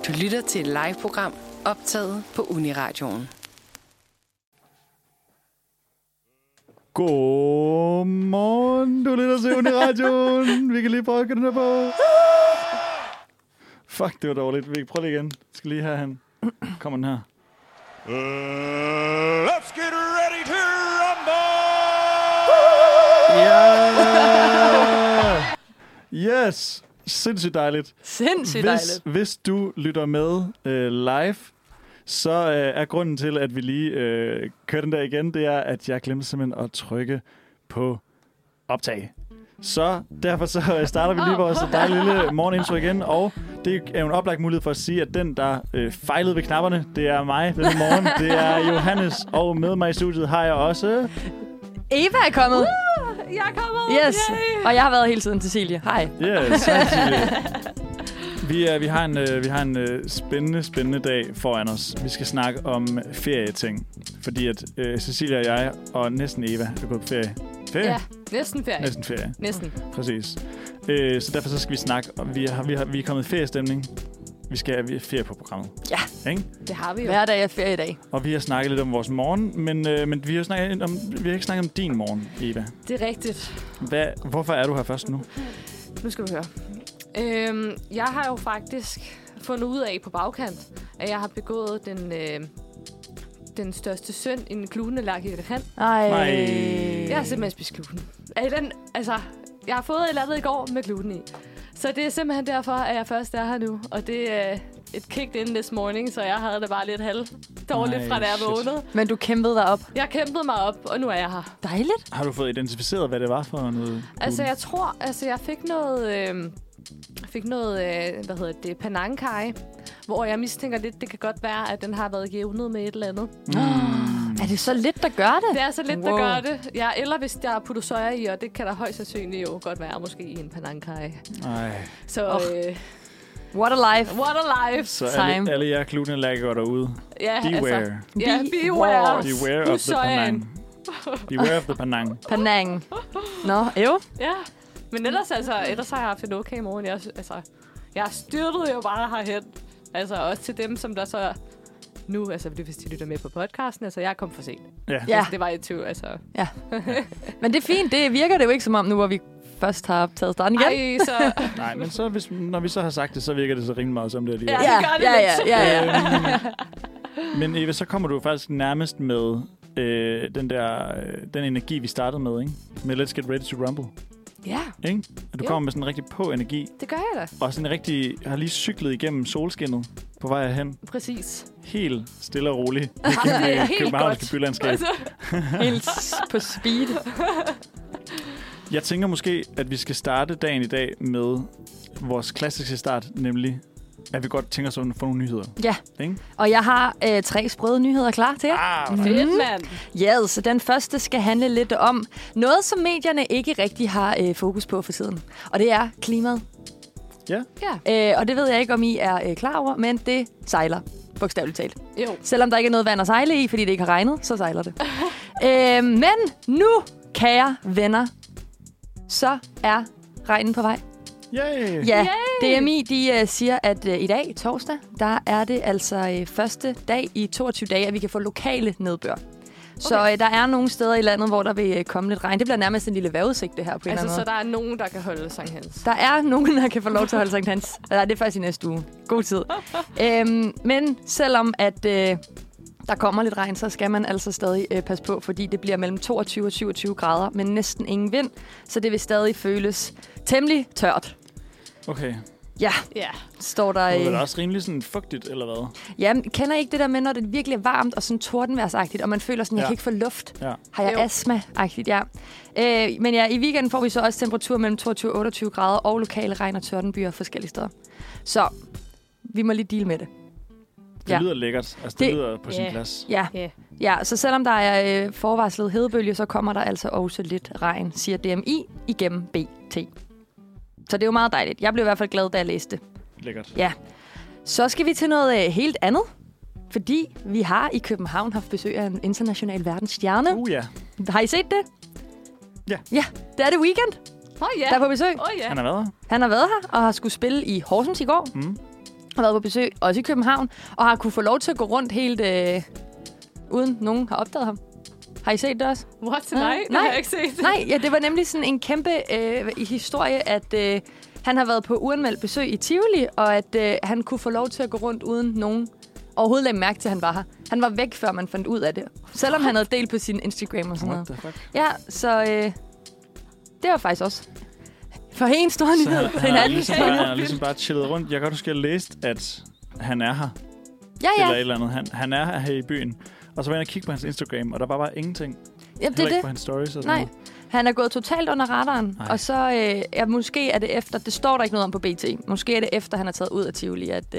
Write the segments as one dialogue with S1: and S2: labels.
S1: Du lytter til et live-program optaget på Uniradioen.
S2: Godmorgen, du lytter til Uniradioen. Vi kan lige prøve at den her på. Fuck, det var dårligt. Vi kan prøve det igen. Skal lige have han. Kommer den her.
S3: Let's get ready to rumble!
S2: Yeah! Yes! Sindssygt dejligt.
S4: Sindssygt dejligt.
S2: Hvis du lytter med live, så er grunden til, at vi lige kører den der igen, det er, at jeg glemte simpelthen at trykke på optag. Så derfor så starter vi lige vores dejlige lille morgenintro igen, og det er jo en oplagt mulighed for at sige, at den, der fejlede ved knapperne, det er mig denne morgen. Det er Johannes, og med mig i studiet har jeg også...
S4: Eva er kommet.
S5: Jeg er kommet.
S4: Yes.
S5: Yay.
S4: Og jeg har været hele tiden til Cecilie. Hej.
S2: Yes, vi har en spændende dag foran os. Vi skal snakke om ferieting. Fordi at Cecilia og jeg, og næsten Eva, er gået på ferie.
S5: Ja, næsten ferie.
S2: Næsten ferie.
S5: Næsten.
S2: Præcis. Så derfor så skal vi snakke. Og vi er kommet i feriestemning. Vi skal have ferie på programmet.
S4: Ja,
S2: ikke?
S5: Det har vi jo.
S4: Hver dag er ferie i dag.
S2: Og vi har snakket lidt om vores morgen, men vi har ikke snakket om din morgen, Eva.
S5: Det er rigtigt.
S2: Hvorfor er du her først nu?
S5: Nu skal du høre. Jeg har jo faktisk fundet ud af på bagkant, at jeg har begået den største synd, en kludenallergiker kan.
S4: Nej.
S5: Jeg har simpelthen spist gluten. Jeg har fået et eller andet i går med gluten i. Så det er simpelthen derfor, at jeg først er her nu. Og det er et kicked in this morning, så jeg havde det bare lidt halvdårligt fra da jeg vågnede.
S4: Men du kæmpede dig op.
S5: Jeg kæmpede mig op, og nu er jeg her.
S4: Dejligt.
S2: Har du fået identificeret, hvad det var for noget gluten?
S5: Altså, jeg tror... jeg fik noget... panangkai, hvor jeg mistænker lidt, det kan godt være, at den har været jævnet med et eller andet.
S4: Er det så lidt, der gør det?
S5: Det er så lidt, der gør det. Ja, eller hvis der putter soja i, og det kan der højst sandsynligt jo godt være, måske i en panangkai.
S2: Nej.
S5: Så...
S4: What a life.
S5: What a life.
S2: Så alle jer glutenallergikere derude,
S5: ja,
S2: beware.
S5: Beware.
S2: Beware of the panang. Beware of the panang.
S4: Panang. Nå, jo.
S5: Ja, men ellers har jeg haft en okay morgen. Jeg styrtede jo bare herhen. Altså også til dem, som der så... Nu, hvis de lytter med på podcasten, jeg er kommet for sent.
S4: Ja.
S5: Det var et tvivl,
S4: Ja. Men det er fint. Det virker det jo ikke som om nu, hvor vi først har taget starten igen.
S2: Nej, men så når vi så har sagt det, så virker det så rimelig meget som det alligevel.
S4: Ja.
S2: Men Eva, så kommer du faktisk nærmest med den energi, vi startede med, ikke? Med Let's Get Ready to Rumble.
S5: Ja.
S2: Ikke? Og du kommer med sådan en rigtig på-energi.
S5: Det gør jeg da.
S2: Og sådan en rigtig... Jeg har lige cyklet igennem solskinnet på vej hen.
S5: Præcis.
S2: Helt stille og roligt.
S5: Det er helt
S2: københavnske bylandskab.
S4: Helt på speed.
S2: Jeg tænker måske, at vi skal starte dagen i dag med vores klassiske start, nemlig at vi godt tænker os at få nogle nyheder.
S4: Ja,
S2: ikke?
S4: Og jeg har 3 sprøde nyheder klar til jer.
S5: Fedt, mand.
S4: Ja, så den første skal handle lidt om noget, som medierne ikke rigtig har fokus på for tiden. Og det er klimaet.
S2: Ja.
S4: Og det ved jeg ikke, om I er klar over, men det sejler, bogstaveligt talt.
S5: Jo.
S4: Selvom der ikke er noget vand at sejle i, fordi det ikke har regnet, så sejler det. Men nu, kære venner, så er regnen på vej.
S2: Yay!
S4: Ja, DMI de siger, at i dag, torsdag, der er det altså første dag i 22 dage, at vi kan få lokale nedbør. Okay. Så der er nogle steder i landet, hvor der vil komme lidt regn. Det bliver nærmest en lille vejrudsigt, det her på en eller anden måde.
S5: Så der er nogen, der kan holde Sankt Hans?
S4: Der er nogen, der kan få lov til at holde Sankt Hans. Nej, det er faktisk i næste uge. God tid. Men selvom at der kommer lidt regn, så skal man altså stadig passe på, fordi det bliver mellem 22 og 27 grader, men næsten ingen vind. Så det vil stadig føles temmelig tørt.
S2: Okay.
S4: Ja, står der...
S2: Det er også rimelig sådan fugtigt, eller hvad?
S4: Ja, kender I ikke det der med, når det virkelig er varmt og sådan tordenværsagtigt, og man føler sådan, jeg kan ikke få luft?
S2: Ja.
S4: Har jeg astma-agtigt, ja. Men ja, i weekenden får vi så også temperatur mellem 22 og 28 grader, og lokale regn- og tørdenbyer forskellige steder. Så vi må lige deal med det.
S2: Det lyder lækkert. Altså, det lyder på sin plads.
S4: Ja, så selvom der er forvarslet hedebølge, så kommer der altså også lidt regn, siger DMI igennem BT. Så det er jo meget dejligt. Jeg blev i hvert fald glad, da jeg læste det.
S2: Lækkert.
S4: Ja. Så skal vi til noget helt andet. Fordi vi har i København haft besøg af en international verdensstjerne.
S2: Ja.
S4: Har I set det?
S2: Ja.
S4: Ja, det er det Weeknd. Der er på besøg.
S2: Han har været her.
S4: Han har været her og har skulle spille i Horsens i går. har været på besøg, også i København, og har kunne få lov til at gå rundt helt uden nogen har opdaget ham. Har I set det også?
S5: What? Nej, det har jeg ikke set.
S4: Nej, ja, det var nemlig sådan en kæmpe historie, at han har været på uanmeldt besøg i Tivoli, og at han kunne få lov til at gå rundt uden nogen overhovedet lagde mærke til, at han var her. Han var væk, før man fandt ud af det. Selvom han havde delt på sin Instagram og sådan noget. Ja, så det var faktisk også for en stor nyhed.
S2: Han har ligesom bare chillet rundt. Jeg kan godt huske, at jeg læste, at han er her.
S4: Ja.
S2: Eller et eller andet. Han er her i byen. Og så var jeg inde og kigge på hans Instagram, og der var bare ingenting.
S4: Jamen, det er det.
S2: På hans stories og sådan
S4: Nej,
S2: noget.
S4: han er gået totalt under radaren. Nej. Og så måske er det efter, det står der ikke noget om på BT, måske er det efter, han er taget ud af Tivoli, at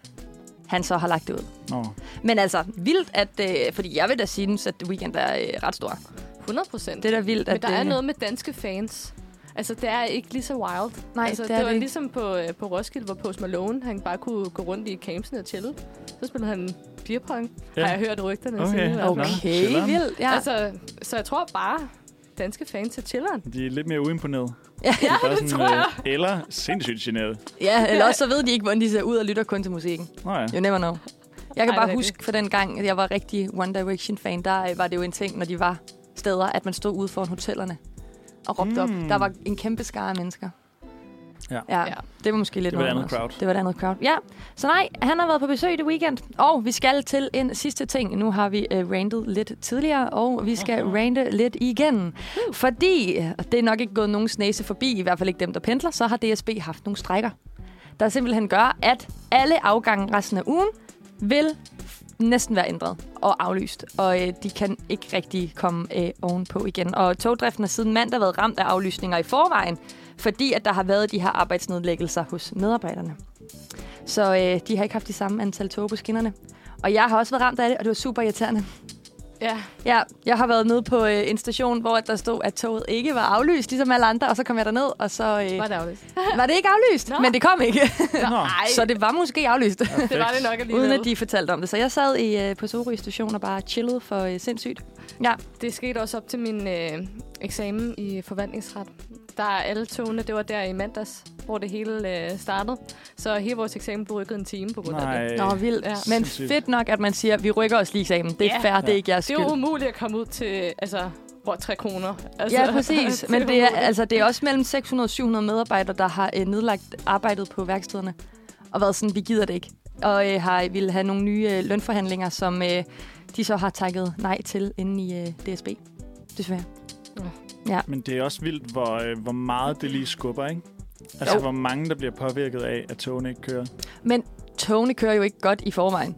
S4: han så har lagt det ud. Men altså, vildt, at fordi jeg vil da synes, at Weeknd er ret stor.
S5: 100%.
S4: Det er da vildt.
S5: Men der er noget med danske fans. Altså, det er ikke lige så wild.
S4: Nej,
S5: altså, det var ligesom på Roskilde, hvor Post Malone, han bare kunne gå rundt i campsen og chille. Så spillede han beerpong. Ja. Har jeg hørt rygterne sige.
S4: Okay, vildt. Ja.
S5: Altså, så jeg tror bare, danske fans er chilleren.
S2: De er lidt mere uimponeret.
S4: Ja,
S5: det tror jeg.
S2: Eller sindssygt generet.
S4: Ja, eller også så ved de ikke, hvordan de ser ud og lytter kun til musikken.
S2: Ja.
S4: You never know. Jeg kan bare huske for den gang, at jeg var rigtig One Direction-fan, der var det jo en ting, når de var steder, at man stod ude foran hotellerne og råbte op. Der var en kæmpe skare af mennesker. Ja. Det var måske lidt
S2: noget andet crowd.
S4: Det var et andet crowd. Ja, så nej, han har været på besøg i Weeknd. Og vi skal til en sidste ting. Nu har vi rantet lidt tidligere, og vi skal rante lidt igen. Fordi, og det er nok ikke gået nogen snæse forbi, i hvert fald ikke dem, der pendler, så har DSB haft nogle strejker, der simpelthen gør, at alle afgange resten af ugen vil næsten være ændret og aflyst, og de kan ikke rigtig komme ovenpå igen. Og togdriften har siden mandag været ramt af aflysninger i forvejen, fordi at der har været de her arbejdsnedlæggelser hos medarbejderne. Så de har ikke haft de samme antal tog på skinnerne. Og jeg har også været ramt af det, og det var super irriterende. Ja, jeg har været nede på en station, hvor der stod, at toget ikke var aflyst, ligesom alle andre, og så kom jeg derned, og så...
S5: var det aflyst?
S4: Var det ikke aflyst, men det kom ikke. Så det var måske aflyst.
S5: Det var det nok alligevel.
S4: Uden at de fortalte om det. Så jeg sad på Sorø station og bare chillede for sindssygt. Ja.
S5: Det skete også op til min eksamen i forvaltningsret. Der alle togene, det var der i mandags, hvor det hele startede. Så hele vores eksamen blev rykket en time på grund af det.
S4: Nå, vildt. Ja. Men fedt nok, at man siger, at vi rykker os lige eksamen. Det er fair, det er ikke jeres skyld.
S5: Det er umuligt at komme ud til 3 kroner.
S4: Ja, præcis. Men det er også mellem 600 og 700 medarbejdere, der har nedlagt arbejdet på værkstederne. Og været sådan, vi gider det ikke. Og vil have nogle nye lønforhandlinger, som de så har takket nej til inde i DSB. Desværre. Ja.
S2: Men det er også vildt, hvor meget det lige skubber, ikke? Altså, hvor mange der bliver påvirket af, at togene ikke kører.
S4: Men togene kører jo ikke godt i forvejen.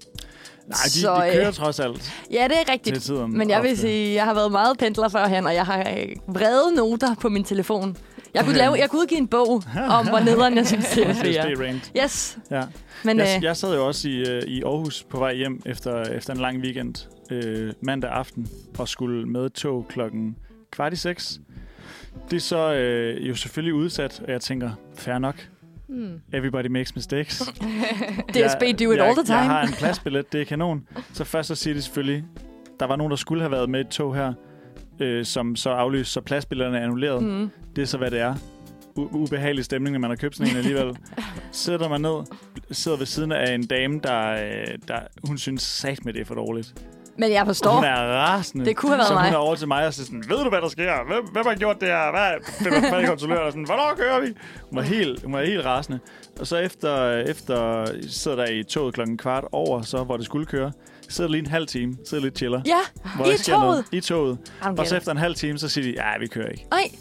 S2: Nej, de kører trods alt.
S4: Ja, det er rigtigt. Men jeg vil sige, jeg har været meget pendler førhen, og jeg har vrede noter på min telefon. Jeg kunne udgive en bog om, hvor nederen jeg synes, det er. Yes.
S2: Ja. Men, jeg sad jo også i Aarhus på vej hjem efter en lang weekend mandag aften og skulle med tog 5:15. Det er så jo selvfølgelig udsat, og jeg tænker, fair nok. Everybody makes mistakes.
S4: DSB do it all the time.
S2: Jeg har en pladsbillet, det er kanon. Så først så siger de selvfølgelig, der var nogen, der skulle have været med i et tog her, som så aflyst, så pladsbilletterne er annulleret. Det er så, hvad det er. Ubehagelig stemning, når man har købt sådan en alligevel. Sætter man ned, sidder ved siden af en dame, der hun synes sat med det er for dårligt.
S4: Men jeg forstår.
S2: Hun er rasende.
S4: Det kunne have været
S2: så
S4: mig.
S2: Hun er over til mig og siger sådan, ved du, hvad der sker? Hvem har gjort det her? Hvad er kontrolløren? Sådan, hvornår kører vi? Hun var helt rasende. Og så efter sidder der i toget 5:15, så hvor det skulle køre, sidder lige en halv time, sidder lidt chiller.
S4: Ja, i toget.
S2: Og så efter en halv time, så siger de, ja, vi kører ikke.
S4: Nej.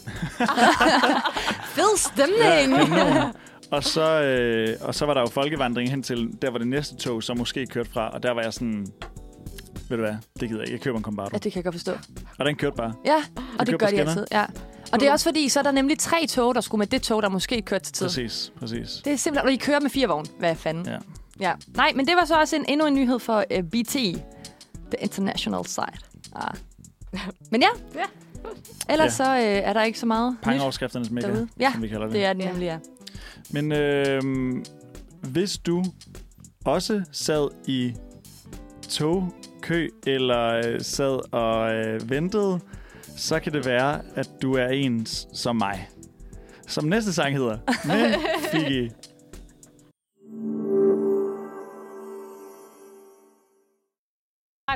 S4: Fed stemning.
S2: Ja, og så var der jo folkevandring hen til, der var det næste tog, som måske kørte fra, og der var jeg sådan... Ved du hvad? Det gider jeg ikke. Jeg køber en Combardo.
S4: Ja, det kan jeg godt forstå.
S2: Og den kørte bare.
S4: Ja, og det gør de altid. Ja. Og det er også fordi, så er der nemlig 3 tog, der skulle med det tog, der måske kørte til tid.
S2: Præcis.
S4: Det er simpelthen, og de kører med 4 vogne. Hvad fanden? Ja. Nej, men det var så også endnu en nyhed for BT. The International Side. Men ja. Ellers så er der ikke så meget
S2: Pengeoverskrifternes mega, som vi kalder det.
S4: Det er det nemlig, ja.
S2: Men hvis du også sad i togkø eller sad og ventede, så kan det være, at du er en som mig. Som næste sang hedder, med Figgy.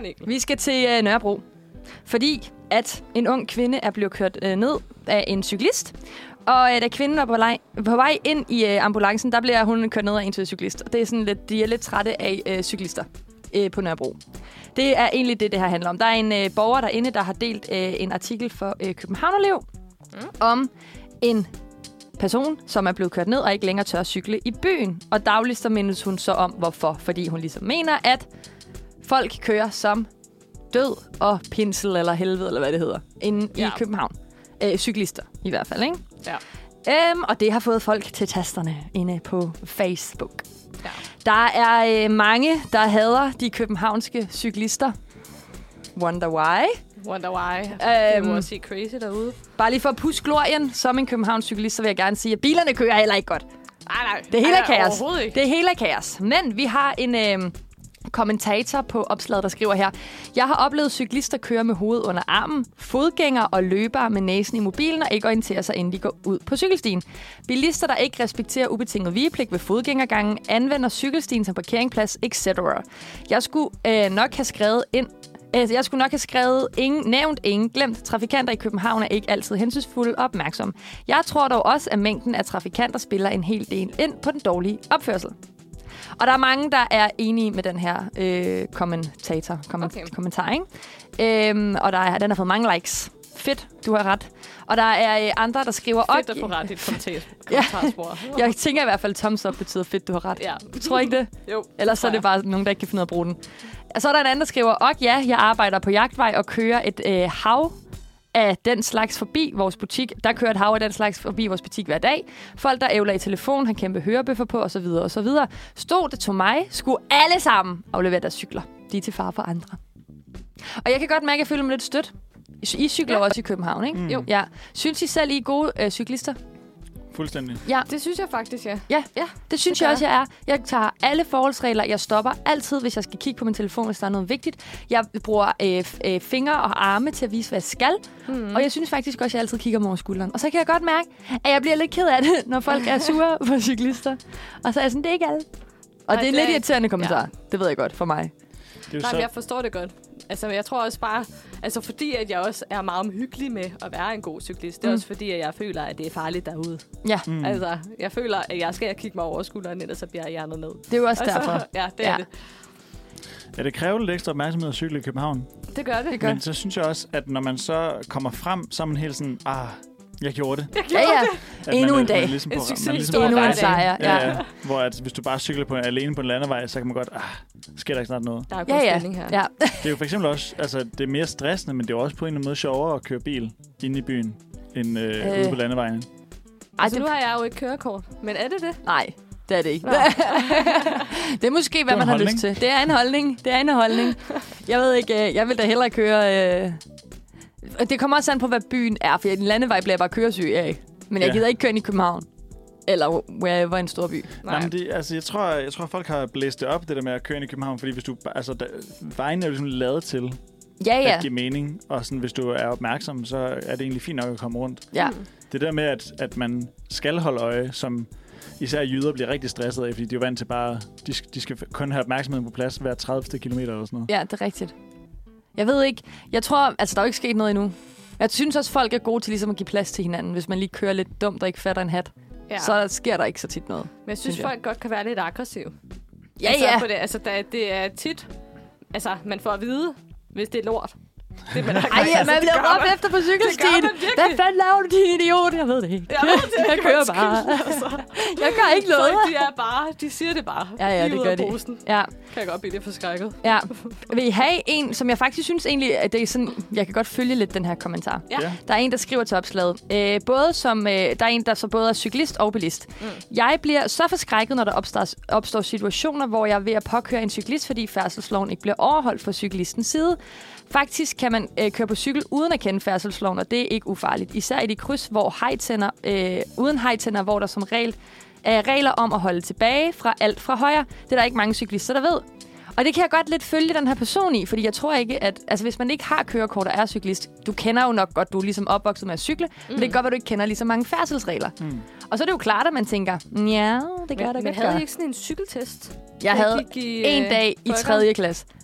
S5: en enkelt.
S4: Vi skal til Nørrebro. Fordi at en ung kvinde er blevet kørt ned af en cyklist. Og da kvinden var på vej ind i ambulancen, der bliver hun kørt ned af en cyklist. Og det er sådan lidt, de er lidt trætte af cyklister på Nørrebro. Det er egentlig det her handler om. Der er en borger derinde, der har delt en artikel for Københavnerliv om en person, som er blevet kørt ned og ikke længere tør cykle i byen. Og dagligt så mindes hun så om, hvorfor. Fordi hun ligesom mener, at folk kører som død og pinsel eller helvede, eller hvad det hedder, inde i København. Cyklister i hvert fald, ikke?
S5: Ja.
S4: Og det har fået folk til tasterne inde på Facebook.
S5: Ja.
S4: Der er mange, der hader de københavnske cyklister. Wonder why.
S5: Det er jo også crazy derude.
S4: Bare lige for at puske glorien, som en københavns cyklist, så vil jeg gerne sige, at bilerne kører heller ikke godt.
S5: Nej.
S4: Det hele er kaos.
S5: Ikke.
S4: Det hele er kaos. Men vi har en kommentator på opslaget, der skriver her: Jeg har oplevet cyklister køre med hovedet under armen, fodgængere og løbere med næsen i mobilen og ikke orienterer sig, inden de går ud på cykelstien. Bilister, der ikke respekterer ubetinget vigepligt ved fodgængergangen, anvender cykelstien som parkeringsplads, etc. Jeg skulle nok have skrevet nævnt ingen, glemt. Trafikanter i København er ikke altid hensynsfulde og opmærksomme. Jeg tror dog også, at mængden af trafikanter spiller en hel del ind på den dårlige opførsel. Og der er mange, der er enige med den her kommentar, ikke? Og den har fået mange likes. Fedt, du har ret. Og der er andre, der skriver...
S5: Fedt at få ret i et kommentarspor.
S4: Ja, jeg tænker i hvert fald, thumbs up betyder fedt, du har ret.
S5: Ja.
S4: Tror ikke det?
S5: Jo.
S4: Ellers så er det bare nogen, der ikke kan finde ud af at bruge den. Og så er der en anden, der skriver, jeg arbejder på jagtvej og kører et hav af den slags forbi vores butik. Der kører et hav af den slags forbi vores butik hver dag. Folk, der ævler i telefon, har kæmpe hørebøffer på, osv. osv. Stod det til mig, skulle alle sammen aflevere deres cykler. De er til fare for andre. Og jeg kan godt mærke, at jeg føler mig lidt stødt. I cykler også i København, ikke? Jo. Ja. Synes I selv, I er gode cyklister?
S2: Fuldstændig.
S5: Ja. Det synes jeg faktisk, ja.
S4: Ja, det synes jeg også, jeg er. Jeg tager alle forholdsregler. Jeg stopper altid, hvis jeg skal kigge på min telefon, hvis der er noget vigtigt. Jeg bruger fingre og arme til at vise, hvad jeg skal. Og jeg synes faktisk også, at jeg altid kigger mig over skulderen. Og så kan jeg godt mærke, at jeg bliver lidt ked af det, når folk er sure på cyklister. Og så er jeg sådan, det er ikke alle. Og det er en lidt irriterende kommentar. Ja. Det ved jeg godt for mig.
S5: Nej, men jeg forstår det godt. Altså, jeg tror også bare... Altså, fordi at jeg også er meget omhyggelig med at være en god cyklist. Det er også fordi, at jeg føler, at det er farligt derude. Ja. Altså, jeg føler, at jeg skal kigge mig over skulderen, ellers så bliver jeg hjernet ned.
S4: Det er jo også derfor.
S5: Ja, det er det.
S2: Ja, det kræver lidt ekstra opmærksomhed at cykle i København.
S5: Det gør det.
S2: Men så synes jeg også, at når man så kommer frem, så er man helt sådan... Jeg gjorde det.
S4: Endnu en dag.
S2: Ligesom
S4: en succes. Endnu en sejr.
S2: Ja. Hvor at, hvis du bare cykler alene på en landevej, så kan man godt, sker der ikke snart noget.
S5: Der er jo god stemning her.
S4: Ja.
S2: Det er jo for eksempel også, altså det er mere stressende, men det er jo også på en eller anden måde sjovere at køre bil inde i byen, end ude på landevejen.
S5: Altså nu har jeg jo et kørekort, men er det det?
S4: Nej. Det er det ikke. Det er måske, hvad man har lyst til. Det er en holdning. Jeg ved ikke, jeg vil da hellere køre... Det kommer også an på, hvad byen er, for en landevej bliver jeg bare køresyg af. Men jeg gider ikke køre ind i København. Eller wherever en stor by.
S2: Nej, men jeg tror, folk har blæst det op, det der med at køre ind i København. Fordi hvis du... Altså, vejen er jo ligesom lavet til at give mening. Og sådan, hvis du er opmærksom, så er det egentlig fint nok at komme rundt.
S4: Ja.
S2: Det der med, at man skal holde øje, som... Især jyder bliver rigtig stresset af, fordi de er vant til bare... De skal kun have opmærksomheden på plads hver 30. kilometer eller sådan noget.
S4: Ja, det er rigtigt. Jeg ved ikke. Jeg tror... Altså, der er jo ikke sket noget endnu. Jeg synes også, folk er gode til ligesom at give plads til hinanden. Hvis man lige kører lidt dumt og ikke fatter en hat, så sker der ikke så tit noget.
S5: Men jeg synes folk godt kan være lidt aggressive.
S4: Ja.
S5: Det er tit... Altså, man får at vide, hvis det er lort.
S4: Man bliver råbt efter på cykelstien. Hvad fanden laver du, din idiot? Jeg ved det ikke. Jeg kører bare. Jeg gør ikke noget.
S5: De siger det bare.
S4: Ja, det gør de. Ja.
S5: Kan jeg godt blive lidt forskrækket.
S4: Ja. Vil I have en, som jeg faktisk synes egentlig, at det er sådan, jeg kan godt følge lidt den her kommentar. Ja. Der er en, der skriver til opslaget. Der er en, der så både er cyklist og bilist. Jeg bliver så forskrækket, når der opstår situationer, hvor jeg er ved at påkøre en cyklist, fordi færdselsloven ikke bliver overholdt fra cyklistens side. Faktisk kan man køre på cykel uden at kende færdselsloven, og det er ikke ufarligt. Især i de kryds, hvor uden hejtænder, hvor der som regel er regler om at holde tilbage fra alt fra højre. Det er der ikke mange cyklister, der ved. Og det kan jeg godt lidt følge den her person i, fordi jeg tror ikke, at altså, hvis man ikke har kørekort og er cyklist, du kender jo nok godt, du er ligesom opvokset med at cykle, men det kan godt være, du ikke kender lige så mange færdselsregler. Og så er det jo klart, at man tænker, ja, det gør det.
S5: Men havde I ikke sådan en cykeltest?
S4: Jeg havde en dag i 3. klasse,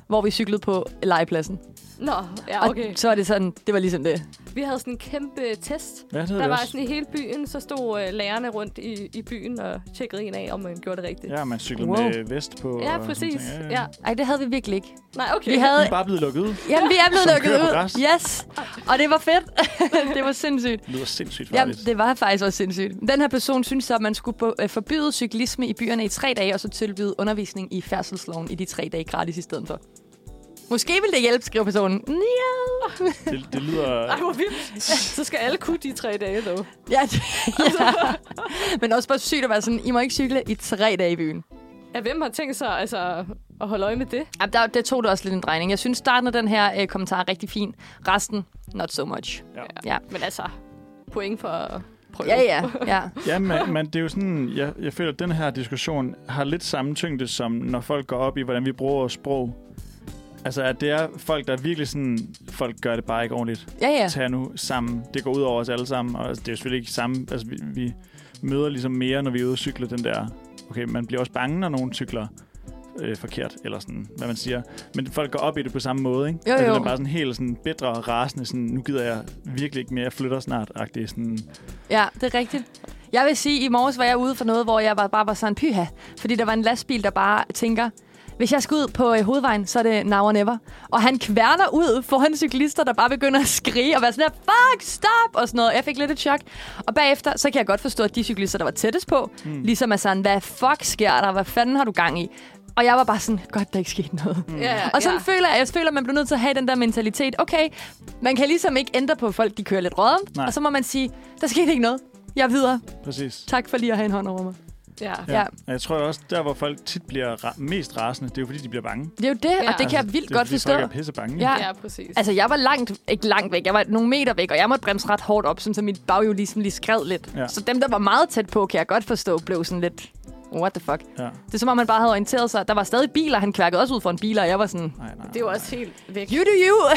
S4: hvor vi cyklede på legepladsen.
S5: Nå, ja, okay.
S4: Og så var det sådan, det var ligesom det.
S5: Vi havde sådan en kæmpe test.
S2: Ja, det
S5: Der var
S2: også.
S5: sådan i hele byen, så stod lærerne rundt i byen og tjekkede en af, om man gjorde det rigtigt.
S2: Ja, man cyklede
S4: Wow.
S2: med vest på.
S5: Ja,
S2: og
S5: præcis.
S2: sådan ting.
S5: Ja.
S4: Ej, det havde vi virkelig ikke.
S5: Nej, okay.
S4: Vi havde...
S2: Vi er bare blevet lukket ud.
S4: Jamen, vi er blevet
S2: Som
S4: lukket
S2: kører på
S4: ud.
S2: græs.
S4: Yes. Og det var fedt. Det var sindssygt.
S2: Det lyder sindssygt
S4: Ja,
S2: farligt.
S4: det var faktisk også sindssygt. Den her person synes så, at man skulle forbyde cyklisme i byerne i 3 dage, og så tilbyde undervisning i færdselsloven i de 3 dage gratis i stedet for. Måske vil det hjælpe, skriver personen. Ja.
S2: Det lyder...
S5: Ej, hvor vildt. Så skal alle kunne de 3 dage, dog.
S4: Ja, ja. Men også bare sygt at være sådan, I må ikke cykle i 3 dage i byen.
S5: Ja, hvem har tænkt sig at holde øje med det?
S4: Ja, det tog det også lidt en drejning. Jeg synes, starten af den her kommentar er rigtig fin. Resten, not so much. Ja.
S5: Men altså, point for at prøve.
S4: Ja.
S2: Ja, men det er jo sådan... Jeg føler, at den her diskussion har lidt samme tyngde, som når folk går op i, hvordan vi bruger vores sprog. Altså, at det er folk, der er virkelig sådan... Folk gør det bare ikke ordentligt.
S4: Ja.
S2: Tager nu sammen. Det går ud over os alle sammen, og det er jo selvfølgelig ikke samme... Altså, vi møder ligesom mere, når vi er ude og cykle den der... Okay, man bliver også bange, når nogen cykler forkert, eller sådan, hvad man siger. Men folk går op i det på samme måde, ikke?
S4: Jo.
S2: Altså, det er bare sådan helt sådan bedre og rasende, sådan, nu gider jeg virkelig ikke mere, jeg flytter snart-agtigt. Sådan.
S4: Ja, det er rigtigt. Jeg vil sige, i morges var jeg ude for noget, hvor jeg bare var sådan pyha. Fordi der var en lastbil, der bare tænker, hvis jeg skal ud på hovedvejen, så er det now or never. Og han kværner ud foran cyklister, der bare begynder at skrige og være sådan her, fuck, stop, og sådan noget. Jeg fik lidt et chok. Og bagefter, så kan jeg godt forstå, at de cyklister, der var tættest på, ligesom er sådan, hvad fuck sker der? Hvad fanden har du gang i? Og jeg var bare sådan, godt, der ikke skete noget. Og sådan føler jeg, at man bliver nødt til at have den der mentalitet. Okay, man kan ligesom ikke ændre på folk, de kører lidt rådden. Og så må man sige, der skete ikke noget. Jeg er videre.
S2: Præcis.
S4: Tak for lige at have en hånd over mig.
S5: Ja.
S2: Jeg tror også, der hvor folk tit bliver mest rasende, det er jo fordi, de bliver bange.
S4: Det er jo det, og det kan jeg vildt godt forstå.
S2: Folk er pisse bange.
S5: Ja, præcis.
S4: Altså, jeg var ikke langt væk. Jeg var nogle meter væk, og jeg måtte bremse ret hårdt op, så mit baghjul ligesom lige skred lidt. Ja. Så dem, der var meget tæt på, kan jeg godt forstå, blev sådan lidt... What the fuck? Ja. Det er som om, man bare havde orienteret sig. Der var stadig biler. Han kværkede også ud for en bil, og jeg var sådan...
S2: Nej.
S5: Det er jo også helt væk.
S4: You do you!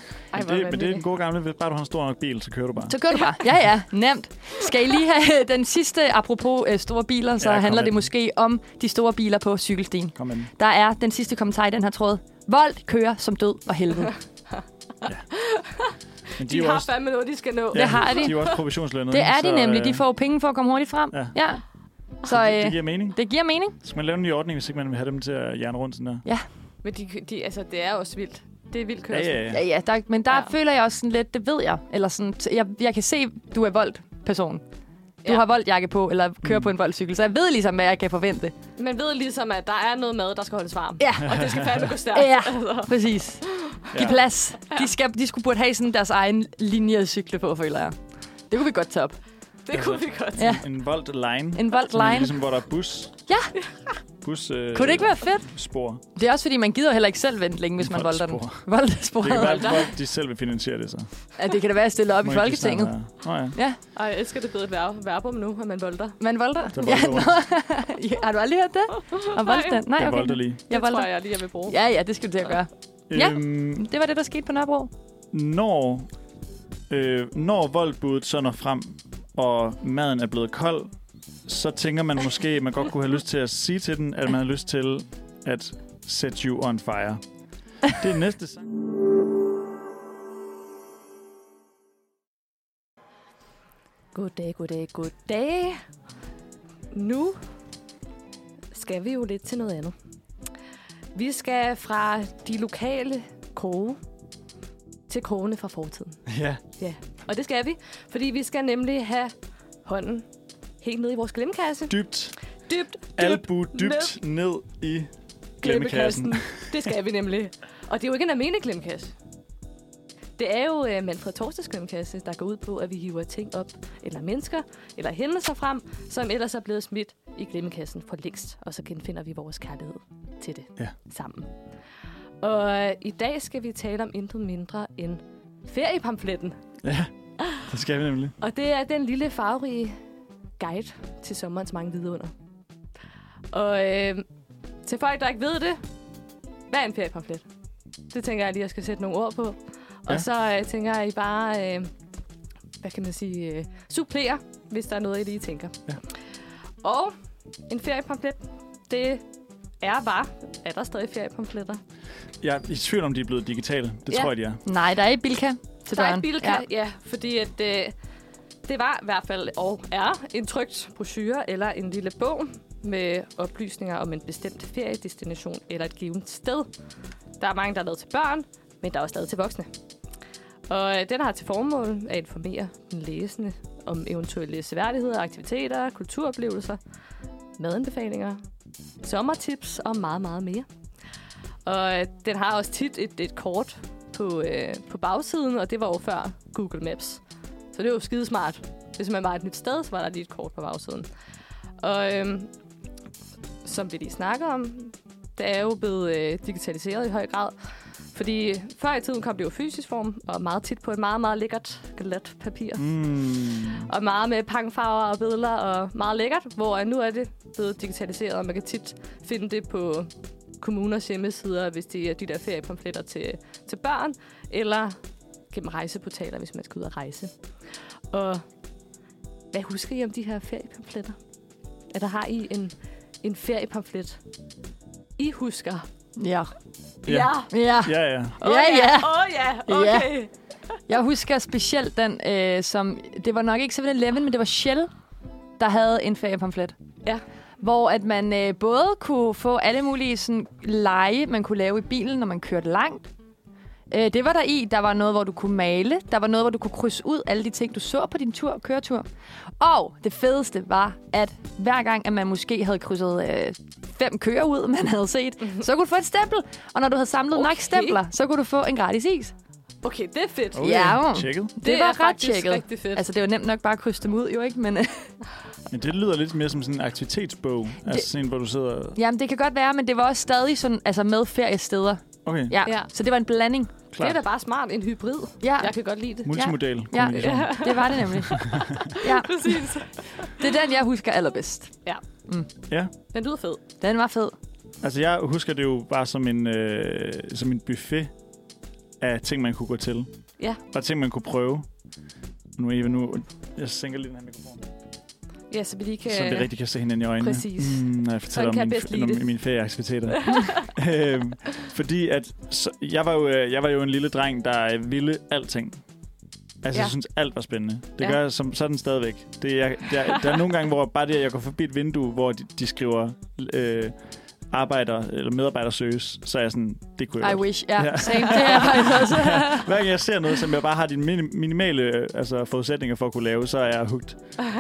S2: Men det er en god gamle... Hvis bare du har en stor nok bil, så kører du bare.
S4: Så kører du bare. Ja, nemt. Skal I lige have den sidste, apropos store biler, så handler det måske om de store biler på cykelstien.
S2: Kom ind.
S4: Der er den sidste kommentar i den her tråd. Vold kører som død og helvede.
S2: Ja. Men
S5: de har fandme noget, de skal nå.
S2: Ja,
S4: det har de.
S2: De er jo også provisionslønnet.
S4: Det er de nemlig. De får penge for at komme hurtigt frem. Ja. Så,
S2: det giver mening.
S4: Det giver mening.
S2: Så man lave en ny ordning, hvis ikke man vil have dem til at jern rundt sådan der.
S4: Ja.
S5: Men altså, det er også vildt. Det er vildt kørsel.
S4: Ja. Der føler jeg også sådan lidt, det ved jeg. Eller sådan, jeg kan se, du er voldt-person. Du har voldjakke på, eller kører på en voldcykel. Så jeg ved ligesom, hvad jeg kan forvente.
S5: Man ved ligesom, at der er noget mad, der skal holdes varm.
S4: Ja.
S5: Og det skal fandme gå stærkt.
S4: Ja, præcis. Giv plads. De skulle burde have sådan deres egen linje at cykle på, føler jeg. Det kunne vi godt tage op.
S5: Det kunne vi godt.
S4: Ja.
S2: En Volt Line.
S4: En Volt Line.
S2: Ligesom, hvor der er bus.
S4: Ja.
S2: Bus,
S4: kunne det ikke være fedt?
S2: Spor.
S4: Det er også, fordi man gider heller ikke selv vente længe, hvis man volder den. Voldspor.
S2: Det kan være, at folk de selv vil finansiere det, så.
S4: Ja, det kan da være, at stille op i Folketinget.
S5: Ja. Ej, jeg elsker det blevet et verbum nu, at man volder.
S4: Man volder? Ja, har du aldrig hørt det? Og volder? Nej, okay.
S2: Jeg volder lige.
S5: Det tror jeg lige, jeg vil bruge.
S4: Ja, det skal du til at gøre. Ja, det var det, der skete på Nørrebro.
S2: Når voldbuddet så når frem, og maden er blevet kold, så tænker man måske, man godt kunne have lyst til at sige til den, at man har lyst til at set you on fire. Det er næste sang.
S5: Goddag. Nu skal vi jo lidt til noget andet. Vi skal fra de lokale kroge til krogene fra fortiden.
S2: Ja.
S5: Og det skal vi, fordi vi skal nemlig have hånden helt ned i vores glemmekasse.
S2: Dybt. Albu dybt ned i glemmekassen.
S5: Det skal vi nemlig. Og det er jo ikke en almindelig glemmekasse. Det er jo Manfred Torsteds glemmekasse, der går ud på, at vi hiver ting op, eller mennesker, eller hændelser frem, som ellers er blevet smidt i glemmekassen for længst. Og så genfinder vi vores kærlighed til det sammen. Og i dag skal vi tale om intet mindre end feriepamfletten.
S2: Ja, det skal vi nemlig.
S5: Og det er den lille farverige guide til sommerens mange vidunder. Og til folk, der ikke ved det, hvad er en feriepamflet? Det tænker jeg lige, jeg skal sætte nogle ord på. Ja. Og så tænker jeg, I bare, hvad kan man sige, supplerer, hvis der er noget, I lige tænker. Ja. Og en feriepamflet, det er der stadig feriepamfletter.
S2: Jeg er i tvivl om, de er blevet digitale. Det tror jeg, de er.
S4: Nej, der er i Bilka til
S5: Der er
S4: døren.
S5: et Bilka, ja, fordi at, det var i hvert fald og er en trykt brochure eller en lille bog med oplysninger om en bestemt feriedestination eller et givet sted. Der er mange, der er lavet til børn, men der er også lavet til voksne. Og den har til formål at informere den læsende om eventuelle seværdigheder, aktiviteter, kulturoplevelser, madanbefalinger, sommertips og meget, meget mere. Og den har også tit et kort på bagsiden, og det var jo før Google Maps. Så det er jo skidesmart. Hvis man var et nyt sted, så var der lige et kort på bagsiden. Og som vi lige snakker om, det er jo blevet digitaliseret i høj grad. Fordi før i tiden kom det jo fysisk form, og meget tit på et meget, meget lækkert glat papir. Og meget med pangfarver og billeder, og meget lækkert, hvor nu er det blevet digitaliseret, og man kan tit finde det på kommuners hjemmesider, hvis det er de der feriepamfletter til børn, eller gennem rejseportaler, hvis man skal ud og rejse. Og hvad husker I om de her feriepamfletter? At der har I en feriepamflet, I husker?
S4: Ja.
S5: Ja.
S4: Ja.
S2: Ja.
S5: Okay.
S4: Jeg husker specielt den, som... Det var nok ikke 7-Eleven, men det var Shell, der havde en feriepamflet.
S5: Ja.
S4: Hvor at man både kunne få alle mulige sådan, lege, man kunne lave i bilen, når man kørte langt. Det var der i. Der var noget, hvor du kunne male. Der var noget, hvor du kunne krydse ud alle de ting, du så på din køretur. Og det fedeste var, at hver gang, at man måske havde krydset 5 køer ud, man havde set, så kunne du få et stempel. Og når du havde samlet nok stempler, så kunne du få en gratis is.
S5: Okay, det er fedt.
S2: Okay,
S4: ja,
S2: tjekket.
S4: Det var ret
S5: faktisk
S4: tjekket.
S5: Rigtig fedt.
S4: Altså, det var nemt nok bare at krydse dem ud, jo ikke? Men
S2: Men det lyder lidt mere som sådan en aktivitetsbog. Altså sådan en, hvor du sidder...
S4: jamen, det kan godt være, men det var også stadig sådan, altså med feriesteder.
S2: Okay,
S4: Ja.
S5: Ja.
S4: Så det var en blanding.
S2: klart.
S5: Det er da bare smart. En hybrid.
S4: Ja.
S5: Jeg kan godt lide det.
S2: Multimodal
S4: Ja.
S2: kommunikation.
S4: Det var det nemlig. Ja.
S5: Præcis.
S4: Det er den, jeg husker allerbedst.
S2: Ja.
S5: Den lyder fed.
S4: Den var fed.
S2: Altså, jeg husker det jo bare som en buffet af ting, man kunne gå til.
S5: Ja.
S2: Og ting, man kunne prøve. Nu, Eva, jeg sænker lige den her mikrofon.
S5: Ja, så vi lige kan...
S2: Så vi rigtig kan se hinanden i øjnene.
S5: Præcis.
S2: Når jeg fortæller
S5: Sådan kan jeg bedst lide det.
S2: om mine ferieaktiviteter. Fordi at jeg var jo en lille dreng, der ville alting. Altså, jeg synes, alt var spændende. Det gør jeg sådan stadigvæk. Der er nogle gange, hvor bare det, at jeg går forbi et vindue, hvor de skriver arbejder eller medarbejder søges, så er jeg sådan, det kunne jeg
S4: I
S2: godt.
S4: wish. Ja, same. Det er faktisk også.
S2: Hver gang jeg ser noget, som jeg bare har de minimale forudsætninger for at kunne lave, så er jeg hooked.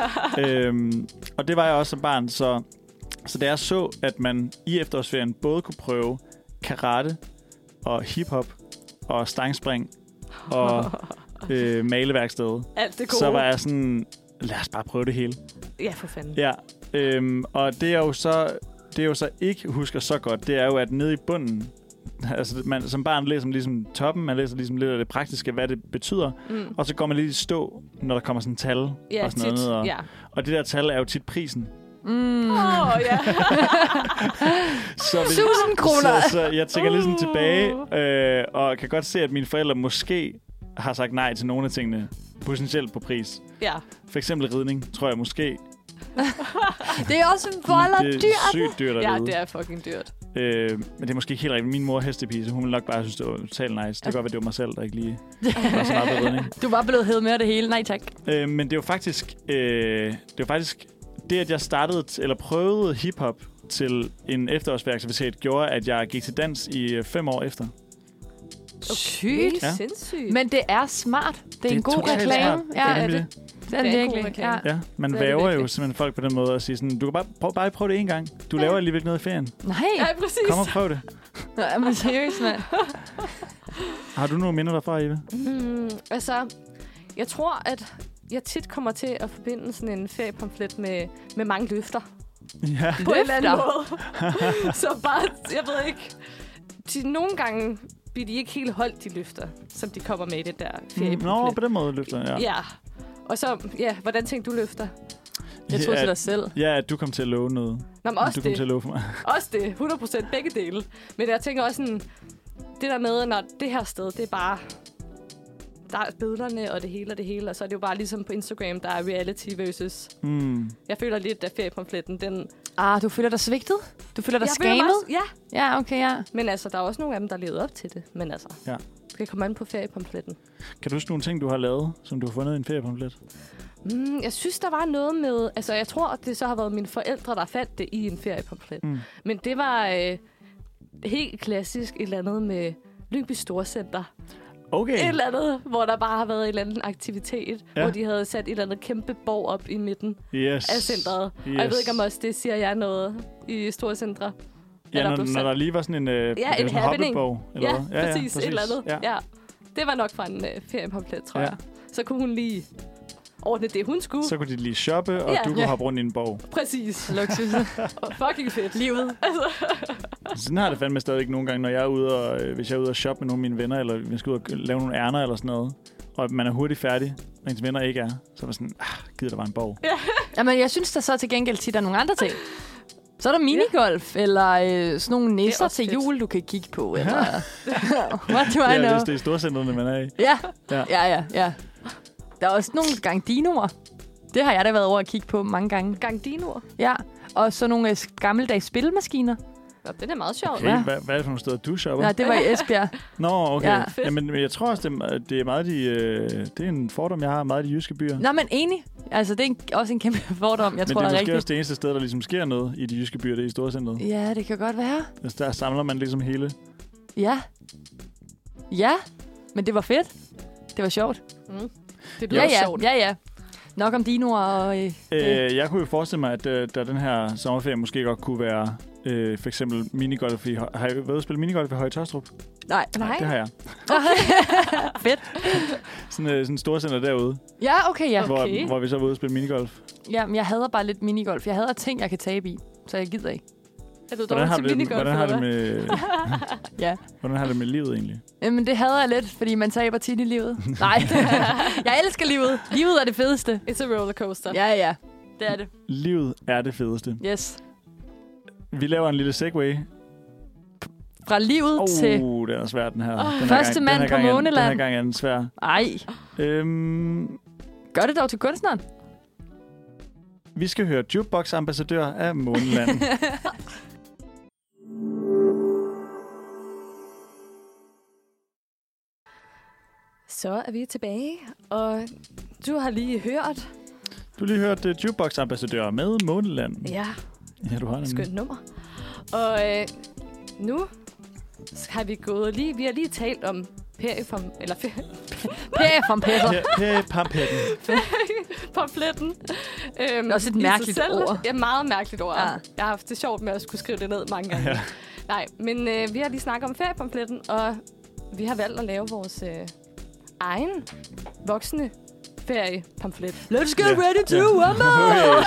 S2: Og det var jeg også som barn, så da jeg så, at man i efterårsferien både kunne prøve karate og hiphop og stangspring og maleværksted,
S5: Alt det gode.
S2: så var jeg sådan, lad os bare prøve det hele.
S5: Ja, for fanden.
S2: Ja, og det er jo så ikke husker så godt, det er jo, at nede i bunden, altså man som barn læser man ligesom toppen, man læser ligesom lidt af det praktiske, hvad det betyder, og så går man lidt i stå, når der kommer sådan tal og sådan noget. Og det der tal er jo tit prisen.
S5: Ja.
S2: Så
S4: 1000 kroner.
S2: Så jeg tænker ligesom tilbage, og kan godt se, at mine forældre måske har sagt nej til nogle af tingene, potentielt på pris.
S5: Ja.
S2: For eksempel ridning, tror jeg måske.
S4: Det er også volder dyrt.
S2: Det er sygt dyrt at
S5: Ja,
S2: ride.
S5: det er fucking dyrt.
S2: Men det er måske ikke helt rigtigt. Min mor er hestepige, så hun ville nok bare synes, det var totalt nice. Det kan godt være, det var mig selv, der ikke lige var så meget på ridning.
S4: Du var blevet hævet med det hele. Nej, tak.
S2: Men det er jo faktisk... det, at jeg startede, eller prøvede hiphop til en efterårsaktivitet, gjorde, at jeg gik til dans i 5 år efter.
S4: Sygt.
S2: Ja.
S5: Sindssygt.
S4: Men det er smart. Det er en god
S2: totalt
S4: reklame.
S2: smart.
S4: Ja,
S2: Det er nemlig det.
S4: det er det
S5: Det er en god
S4: virkelig.
S5: reklame.
S4: Ja.
S2: Ja, man
S5: Det er det
S2: væver jo
S5: virkelig.
S2: simpelthen folk på den måde og sige sådan, du kan bare prøve det en gang. Du laver alligevel noget i ferien.
S4: Nej,
S5: Ja, præcis.
S2: Kom og prøv det.
S4: men seriøst, mand.
S2: Har du nogle minder derfra, Eva?
S5: Altså, jeg tror, at jeg tit kommer til at forbinde sådan en feriepamflet med mange løfter.
S2: Ja.
S5: På en eller anden måde. Så bare, jeg ved ikke, nogle gange bliver de ikke helt holdt, de løfter, som de kommer med i det der feriepamflet.
S2: Nå, på den måde løfter, ja.
S5: Ja. Og så, hvordan tænkte du løfter?
S4: Jeg tror til dig selv.
S2: Ja, at du kom til at love noget.
S5: Nå, men også
S2: Du kom
S5: det.
S2: til at love for mig.
S5: Også det. 100% begge dele. Men jeg tænker også sådan, det der med, når det her sted, det er bare der er billederne og det hele, og så er det jo bare ligesom på Instagram, der er reality versus. Jeg føler lidt, at feriepamfletten, den...
S4: Du føler dig svigtet? Du føler dig
S5: Jeg
S4: skammet?
S5: føler ja.
S4: Ja, okay, ja.
S5: Men altså, der er også nogle af dem, der levede op til det. Men altså, skal komme an på feriepamfletten.
S2: Kan du huske nogle ting, du har lavet, som du har fundet i en feriepamflet?
S5: Jeg synes, der var noget med... Altså, jeg tror, at det så har været mine forældre, der fandt det i en feriepamflet. Men det var helt klassisk et eller andet med Lyngby Storcenter.
S2: Okay.
S5: Et eller andet, hvor der bare har været en eller anden aktivitet, hvor de havde sat et eller andet kæmpe borg op i midten af centret. Og jeg ved ikke, om også det siger jeg noget i Storcentre.
S2: Ja, når der lige var sådan en,
S5: en
S2: hobbitborg.
S5: Eller præcis. Et eller andet. Ja. Det var nok fra en feriepamflet, tror jeg. Så kunne hun lige ordne det, hun skulle.
S2: Så kunne de lige shoppe, og du kunne hoppe rundt i en borg.
S5: Præcis. Luksus. Fucking fedt. Livet.
S2: Sådan har det fandme stadig nogle gange, når jeg er ude og, hvis jeg er ude og shoppe med nogle af mine venner, eller vi skal ud og lave nogle ærner eller sådan noget, og man er hurtigt færdig, og ens venner ikke er, så er man sådan, gider der var en borg.
S4: Jamen, jeg synes der så til gengæld tit er nogle andre ting. Så er der minigolf, eller sådan nogle nisser til jul, du kan kigge på, eller what do I know?
S2: Ja, det er storcentrene, man er i.
S4: Ja. Der er også nogle gangdinoer. Det har jeg da været over at kigge på mange gange.
S5: Gangdinoer?
S4: Ja, og så nogle gammeldags spilmaskiner.
S5: Ja, det er meget sjovt.
S2: Okay, hvad er det for nogle steder, du shopper?
S4: Ja, det var i Esbjerg.
S2: Nå, okay.
S4: Ja.
S2: Jamen, jeg tror også, det er meget det er en fordom, jeg har meget de jyske byer.
S4: Nå, men enig. Altså, det er også en kæmpe fordom, jeg tror,
S2: det er
S4: rigtigt.
S2: måske også det eneste sted, der ligesom sker noget i de jyske byer, det er i Storcentret.
S4: Ja, det kan godt være.
S2: Altså, der samler man ligesom hele.
S4: Ja, men det var fedt. Det var sjovt.
S5: Det bliver sjovt.
S4: Ja. Nok om dinoer og...
S2: Jeg kunne jo forestille mig, at der den her sommerferie måske godt kunne være for eksempel minigolf i... Har I været ude at spille minigolf i Høje Taastrup?
S4: Nej.
S2: Det har jeg.
S4: Fedt.
S2: Sådan en storcenter derude.
S4: Ja, okay, ja.
S2: Hvor vi så var ude at spille minigolf.
S4: Ja, men jeg hader bare lidt minigolf. Jeg hader ting, jeg kan tabe i, så jeg gider ikke.
S5: Er du dårlig til minigolf?
S2: Hvordan har det med...
S4: Ja.
S2: Hvordan har det med livet egentlig?
S4: Jamen, det hader jeg lidt, fordi man taber tit i livet. Nej, jeg elsker livet. Livet er det fedeste.
S5: It's a rollercoaster.
S4: Ja. Det er det.
S2: Livet er det fedeste.
S4: Yes.
S2: Vi laver en lille segway.
S4: Fra livet til...
S2: det er svært, den her.
S4: Første mand på måneland.
S2: Den her gang er den svær.
S4: Ej. Gør det dog til kunstneren.
S2: Vi skal høre Jukebox-ambassadør af Måneland.
S5: Så er vi tilbage, og du har lige hørt...
S2: Du har lige hørt Jukebox-ambassadør med Måneland.
S5: Ja,
S2: du har nemlig.
S5: Skønt nummer. Og nu har vi gået lige... Vi har lige talt om pamfletten.
S4: Det er også et mærkeligt ord.
S5: Ja, meget mærkeligt ord. Ja. Jeg har haft det sjovt med at skulle skrive det ned mange gange. Ja. Nej, men vi har lige snakket om feriepamfletten, og vi har valgt at lave vores egen voksne feriepamflet.
S4: Let's get ready to rumble!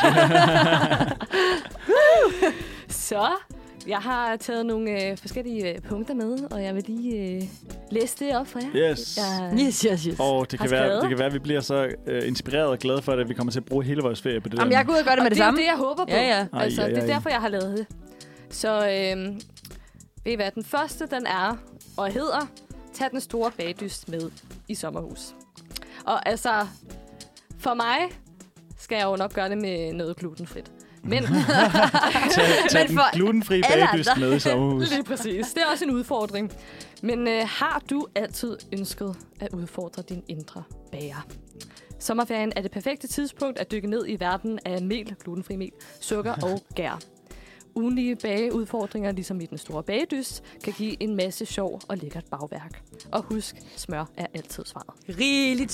S5: Så jeg har taget nogle forskellige punkter med, og jeg vil lige læse det op for jer.
S2: Yes.
S4: Yes.
S2: Og det kan være, at vi bliver så inspireret og glade for det, at vi kommer til at bruge hele vores ferie på det.
S4: Jamen, jeg går ud og gør det med det samme.
S5: Det er det, jeg håber på.
S4: Ja.
S5: Altså, det er derfor, jeg har lavet det. Så ved I hvad? Den første, den er og hedder: tag den store bagdyst med i sommerhus. Og altså, for mig skal jeg jo nok gøre det med noget glutenfrit. Men
S2: tag den glutenfri bagdyst med i sommerhus.
S5: Lige præcis. Det er også en udfordring. Men har du altid ønsket at udfordre din indre bager? Sommerferien er det perfekte tidspunkt at dykke ned i verden af mel, glutenfri mel, sukker og gær. Ugenlige bageudfordringer, ligesom i den store bagedyst, kan give en masse sjov og lækkert bagværk. Og husk, smør er altid svaret.
S4: Rigeligt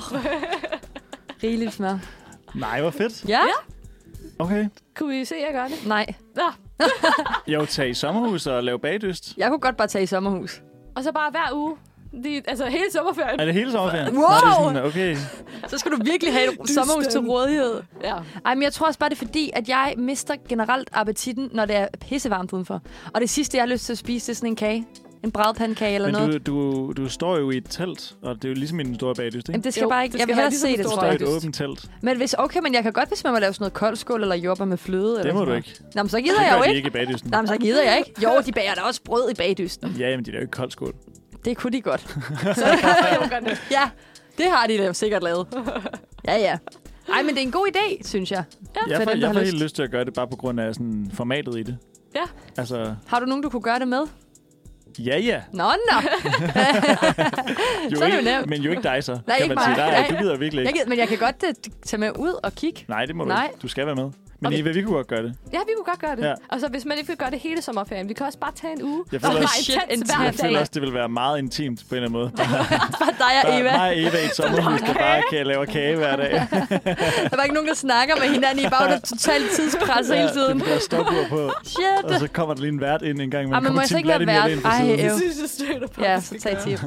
S4: smør.
S2: Nej, hvor fedt.
S4: Ja.
S2: Okay.
S5: Kunne I se, at jeg gør det?
S4: Nej.
S2: Jo, tag i sommerhus og lave bagdyst.
S4: Jeg kunne godt bare tage i sommerhus.
S5: Og så bare hver uge. Altså hele sommerferien.
S2: Er det hele sommerferien?
S4: Wow!
S2: Nå, det er sådan, okay.
S4: Så skal du virkelig have et sommerhus til rådighed.
S5: Ja.
S4: Ej, men jeg tror også bare, det er fordi, at jeg mister generelt appetitten, når det er pissevarmt udenfor. Og det sidste, jeg har lyst til at spise, det er sådan en kage. En bradpandekage eller noget.
S2: Men du står jo i et telt, og det er jo ligesom i den store bagdyst, ikke?
S4: Jamen, det skal bare ikke. Jeg vil hellere se det, tror jeg.
S2: Du står i et åbent telt.
S4: Men men jeg kan godt, hvis man må lave sådan noget koldskål eller jordbær med fløde.
S2: Det må du ikke.
S4: Nå, men så gider jeg jo ikke.
S2: Ikke i bagdysten.
S4: Nå, men så gider jeg ikke. Jo, de bager da også brød i bagdysten.
S2: Ja, men de er jo ikke koldskål.
S4: Det kunne de godt.
S5: Så det kan jeg jo godt.
S4: Ja. Det har de da sikkert lavet. Ja. Ej, men det er en god idé, synes jeg.
S2: Jeg får helt lyst til at gøre det, bare på grund af sådan formatet i det.
S5: Ja.
S2: Altså,
S4: Har du nogen, du kunne gøre det med?
S2: ja.
S4: Nå.
S2: Jo
S4: Så er det jo
S2: ikke,
S4: nemt.
S2: men jo ikke dig så,
S4: Nej,
S2: kan
S4: ikke
S2: man sige.
S4: mig.
S2: Nej, du gider virkelig ikke.
S4: Men jeg kan godt tage med ud og kigge.
S2: Nej, det må du
S4: Nej.
S2: ikke. Du skal være med. Men
S5: Okay.
S2: Eva, vi kunne godt gøre det.
S5: Ja, vi kunne godt gøre det.
S2: Ja.
S5: Og så hvis man ikke vil gøre det hele sommerferien, vi kan også bare tage en uge.
S2: Jeg føler
S5: og
S2: også-
S5: bare intens hver
S2: Jeg føler
S5: dag.
S2: også, det vil være meget intimt på en eller anden måde.
S4: Bare dig og
S2: Bare
S4: Eva.
S2: mig og Eva i et sommerhus, der bare kan lave kage hver dag.
S4: Der var ikke nogen, der snakker med hinanden i bare det totalt tidspres hele tiden.
S2: Det bliver stopur på.
S4: Shit.
S2: Og så kommer der lige en vært ind en gang.
S4: Men må jeg så ikke være vært? Ej,
S5: Jeg
S4: øv.
S5: synes, det er straight up.
S4: Ja, så tag tip.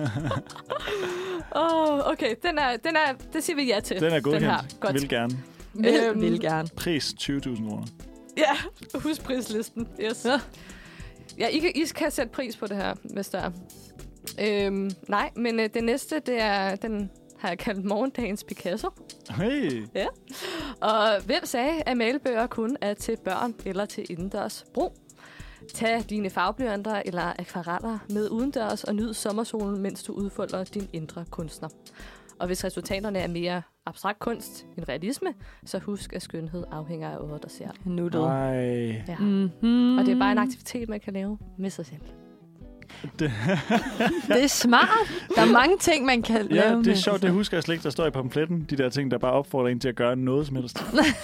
S5: Okay, det siger vi ja til.
S2: Den er
S5: her.
S2: godkendt.
S5: Godt.
S2: Vil gerne.
S4: Vil gerne.
S2: Pris 20.000 kroner.
S5: Ja, husk prislisten. Yes. Ja, I kan sætte pris på det her, hvis der er. Nej, men det næste, den har jeg kaldt morgendagens Picasso.
S2: Hey.
S5: Og hvem sagde, at malebøger kun er til børn eller til indendørs brug? Tag dine farveblyanter eller akvareller med udendørs og nyd sommersolen, mens du udfolder din indre kunstner. Og hvis resultaterne er mere abstrakt kunst end realisme, så husk, at skønhed afhænger af øjet, der ser.
S4: Nuttet.
S2: Ej.
S5: Ja.
S4: Mm-hmm.
S5: Og det er bare en aktivitet, man kan lave med sig selv.
S4: Det er smart. Der er mange ting, man kan lave
S2: Ja, det
S4: med.
S2: er sjovt. Det husker jeg slet ikke, der står i pamfletten. De der ting, der bare opfordrer en til at gøre noget som helst.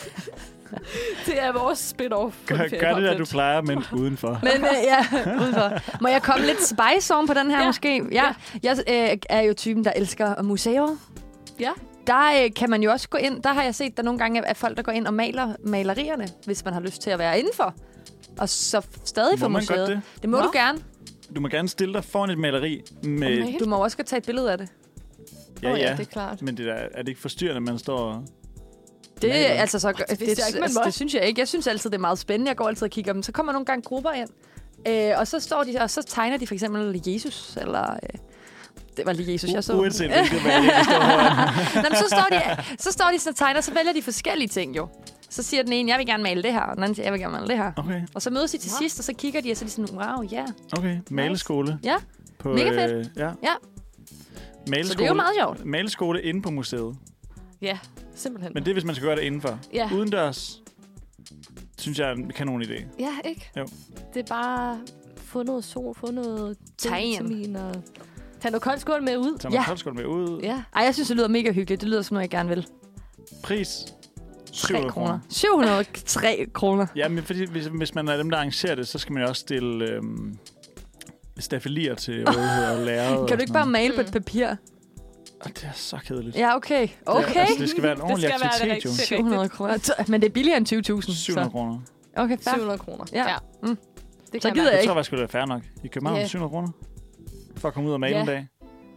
S5: Det er vores spin-off.
S2: Gør det der, du plejer, men udenfor.
S4: Men udenfor. Må jeg komme lidt spice on på den her måske? Ja. Jeg er jo typen, der elsker museer.
S5: Ja.
S4: Der kan man jo også gå ind. Der har jeg set, der nogle gange er folk, der går ind og maler malerierne, hvis man har lyst til at være indenfor. Og så stadig få
S2: Må man
S4: museet.
S2: godt det?
S4: Det må du gerne.
S2: Du må gerne stille dig foran et maleri med...
S5: Okay.
S4: Du må også godt tage et billede af det.
S2: Ja,
S5: det er klart.
S2: Men det der, er det ikke forstyrrende, at man står...
S4: Det,
S2: Maler.
S4: altså, så,
S5: Det vidste jeg ikke, man må.
S4: det synes jeg ikke. Jeg synes altid, det er meget spændende. Jeg går altid og kigger dem. Så kommer nogle gange grupper ind, og så står de og så tegner de for eksempel Jesus, eller... Det var lige Jesus, jeg så.
S2: Uanset hvilket maleri, der står foran.
S4: Nå, men så står de og tegner, så vælger de forskellige ting jo. Så siger den ene, jeg vil gerne male det her, og den anden siger, jeg vil gerne male det her.
S2: Okay,
S4: Og så mødes de til sidst, og så kigger de, og så er de sådan, wow, ja. Yeah.
S2: okay. Maleskole.
S4: Ja,
S2: På,
S4: mega fedt.
S2: Ja.
S4: Ja.
S2: Maleskole.
S4: Så det er jo meget sjovt.
S2: Maleskole inde på museet.
S5: Ja, simpelthen.
S2: Men det er, hvis man skal gøre det indenfor.
S5: Ja.
S2: Udendørs, synes jeg er en kanon idé.
S5: Ja, ikke?
S2: Jo.
S5: Det er bare få noget sol, få noget
S4: Tegn.
S5: D-vitamin og tag noget koldskål med ud.
S2: Tager man koldskål med ud.
S5: Ja.
S4: Ej, jeg synes, det lyder mega hyggeligt. Det lyder som noget, jeg gerne vil.
S2: Pris
S4: 3
S2: 700
S4: kroner. 703 kroner.
S2: Ja, men fordi, hvis man er dem, der arrangerer det, så skal man jo også stille staffelier til rådighed og lære.
S4: Kan du ikke bare male på et papir?
S2: Det er så kedeligt.
S4: Ja, okay.
S2: Det, altså, det skal være en ordentlig
S5: skal være det
S2: aktivitet, jo.
S5: rigtige.
S4: 700 kroner. Men det er billigere end 20.000.
S2: 700 kroner.
S4: Okay, fair.
S5: 700 kroner.
S4: Ja. Mm.
S5: Det
S4: Så
S5: kan
S4: gider
S5: være.
S4: jeg
S2: Jeg tror
S4: ikke.
S2: faktisk, det er fair nok. I København,
S5: Ja.
S2: 700 kroner. For at komme ud og male
S5: Ja.
S2: en dag.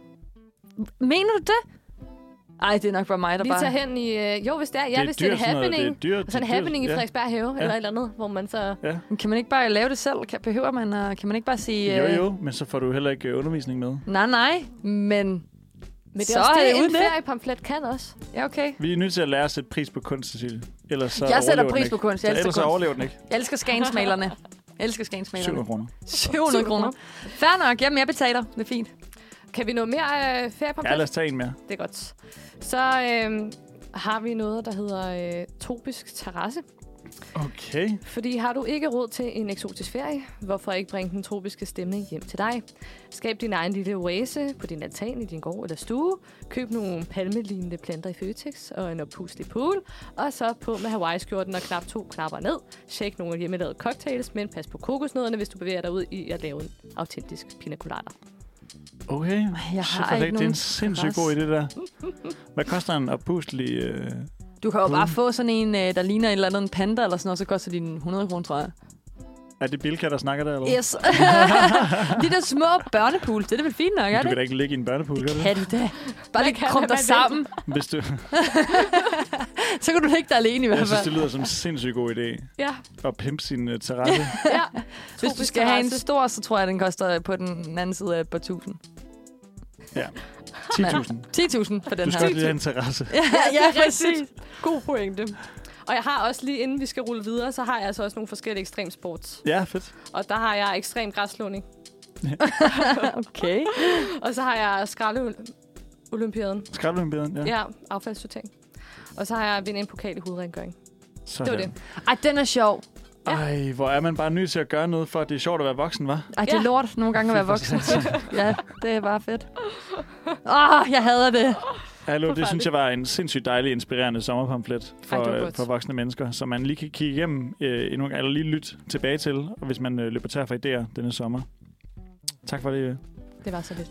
S4: Mener du det? Ej, det er nok bare mig, der
S5: Vi
S4: bare...
S5: tager hen i... Jo, hvis det er. Ja,
S2: Det er
S5: hvis det er en
S2: dyrt, sådan noget.
S5: happening.
S2: Det er dyrt.
S5: Sådan en
S2: det er dyrt.
S5: happening i
S2: Ja.
S5: Frederiksberg Have, eller et eller andet, hvor man så...
S4: Kan man ikke bare lave det selv? Behøver man... Kan man ikke bare sige...
S2: Jo, men så får du heller ikke undervisning med.
S4: Nej, men...
S5: Men det
S4: Så
S5: er også
S4: er det
S5: det, en
S4: uden det.
S5: feriepamflet kan også.
S4: Ja, okay.
S2: Vi er nødt til at lære at sætte pris på kunst, Cecilie. Ellers så
S4: Jeg sætter
S2: overlever den
S4: pris
S2: ikke.
S4: på kunst.
S2: Så
S4: Jeg elsker
S2: ellers så
S4: kunst.
S2: overlever den ikke.
S4: Jeg elsker skagensmalerne. Jeg elsker
S2: 700
S4: skagensmalerne.
S2: kroner.
S4: 700 kroner. Fair nok. Jamen, jeg betaler. Det er fint.
S5: Kan vi nå mere feriepamflet?
S2: Ja, lad os tage en mere.
S5: Det er godt. Så har vi noget, der hedder tropisk terrasse.
S2: Okay.
S5: Fordi har du ikke råd til en eksotisk ferie, hvorfor ikke bringe den tropiske stemning hjem til dig? Skab din egen lille oase på din altan i din gård eller stue. Køb nogle palmelignende planter i Føtex og en oppustelig pool. Og så på med Hawaii-skjorten og knap 2 knapper ned. Shake nogle hjemmelavede cocktails, men pas på kokosnødderne, hvis du bevæger dig ud i at lave en autentisk pina colada.
S2: Okay.
S4: Jeg
S2: Shit,
S4: har ikke
S2: det er
S4: nogen
S2: en sindssygt god idé, det der. Hvad koster en oppustelig...
S4: Du kan jo bare få sådan en, der ligner et eller andet en panda eller sådan noget, så koster din 100 kroner, tror jeg.
S2: Er det Bilka, der snakker der, eller hvad?
S4: Yes. De der små børnepools, det er da vel fint nok, er
S2: Du
S4: det?
S2: kan da ikke ligge i en børnepool, kan du?
S4: Kan du det? Bare lige
S5: kan,
S4: krum
S5: hvad
S4: dig
S5: man
S4: sammen.
S2: Hvis du...
S4: Så kan du ligge der alene i hvert
S2: Jeg synes,
S4: fald.
S2: det lyder som en sindssygt god idé.
S5: Ja,
S2: At pimpe sin terrasse.
S5: ja.
S4: Hvis du skal have en stor, så tror jeg, den koster på den anden side af et par tusind.
S2: Ja. 10.000.
S4: 10.000 for den
S2: Du
S4: her.
S2: skal også lige have en terrasse.
S4: Ja, præcis.
S5: God pointe. Og jeg har også lige, inden vi skal rulle videre, så har jeg altså også nogle forskellige ekstremsports.
S2: Ja, fedt.
S5: Og der har jeg ekstrem græsslåning.
S4: Okay.
S5: Og så har jeg Olympiaden.
S2: Skraldolympiaden, ja.
S5: Ja, affaldssortering. Og så har jeg vundet en pokal i hovedrengøring.
S2: Sådan.
S5: Det var det.
S4: Ej, den er sjov.
S5: Ja.
S2: Ej, hvor er man bare nødt til at gøre noget, for at det er sjovt at være voksen, hva'?
S4: Ej, det er lort nogle gange at være voksen. Ja, det er bare fedt. Jeg hader det.
S2: Hallo, det synes jeg var en sindssygt dejlig, inspirerende sommerpamflet for voksne mennesker, som man lige kan kigge igennem eller lige lytte tilbage til, hvis man løber tør for idéer denne sommer. Tak for det.
S5: Det var så lidt.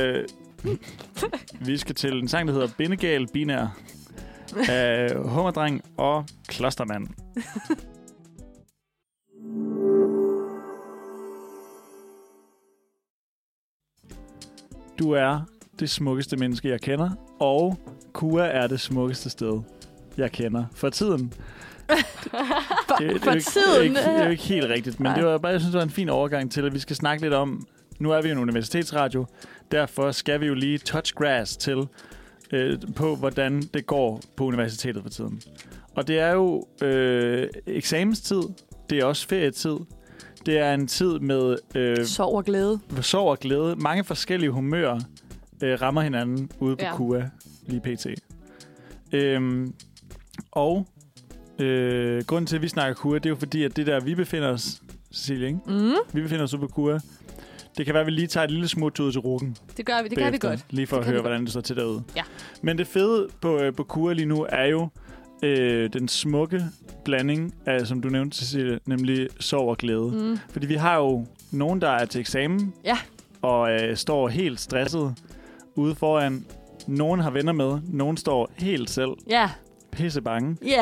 S2: Vi skal til en sang, der hedder Bindegal Binær af Hummerdreng og Klostermand. Du er det smukkeste menneske, jeg kender, og KUA er det smukkeste sted, jeg kender. For tiden.
S4: For tiden?
S2: Det er jo ikke helt rigtigt, men det var bare, jeg synes, det var en fin overgang til, at vi skal snakke lidt om, nu er vi jo en universitetsradio, derfor skal vi jo lige touch grass til på, hvordan det går på universitetet for tiden. Og det er jo eksamenstid, det er også ferietid, det er en tid med
S4: sorg og glæde. Mange forskellige
S2: humører rammer hinanden ude på KUA lige pt. Grunden til, at vi snakker KUA, det er jo fordi, at det der, vi befinder os, Cecilie, ikke? Mm. Vi befinder os ude på KUA. Det kan være, at vi lige tager et lille smut ud til ruggen.
S5: Det gør vi godt.
S2: Lige for at høre, hvordan det står til derude.
S5: Ja.
S2: Men det fede på KUA lige nu er jo den smukke blanding af, som du nævnte, Cecilie, nemlig sorg og glæde. Mm. Fordi vi har jo nogen, der er til eksamen, og står helt stresset ude foran. Nogen har venner med, nogen står helt selv.
S4: Ja.
S2: Pisse bange.
S4: Ja.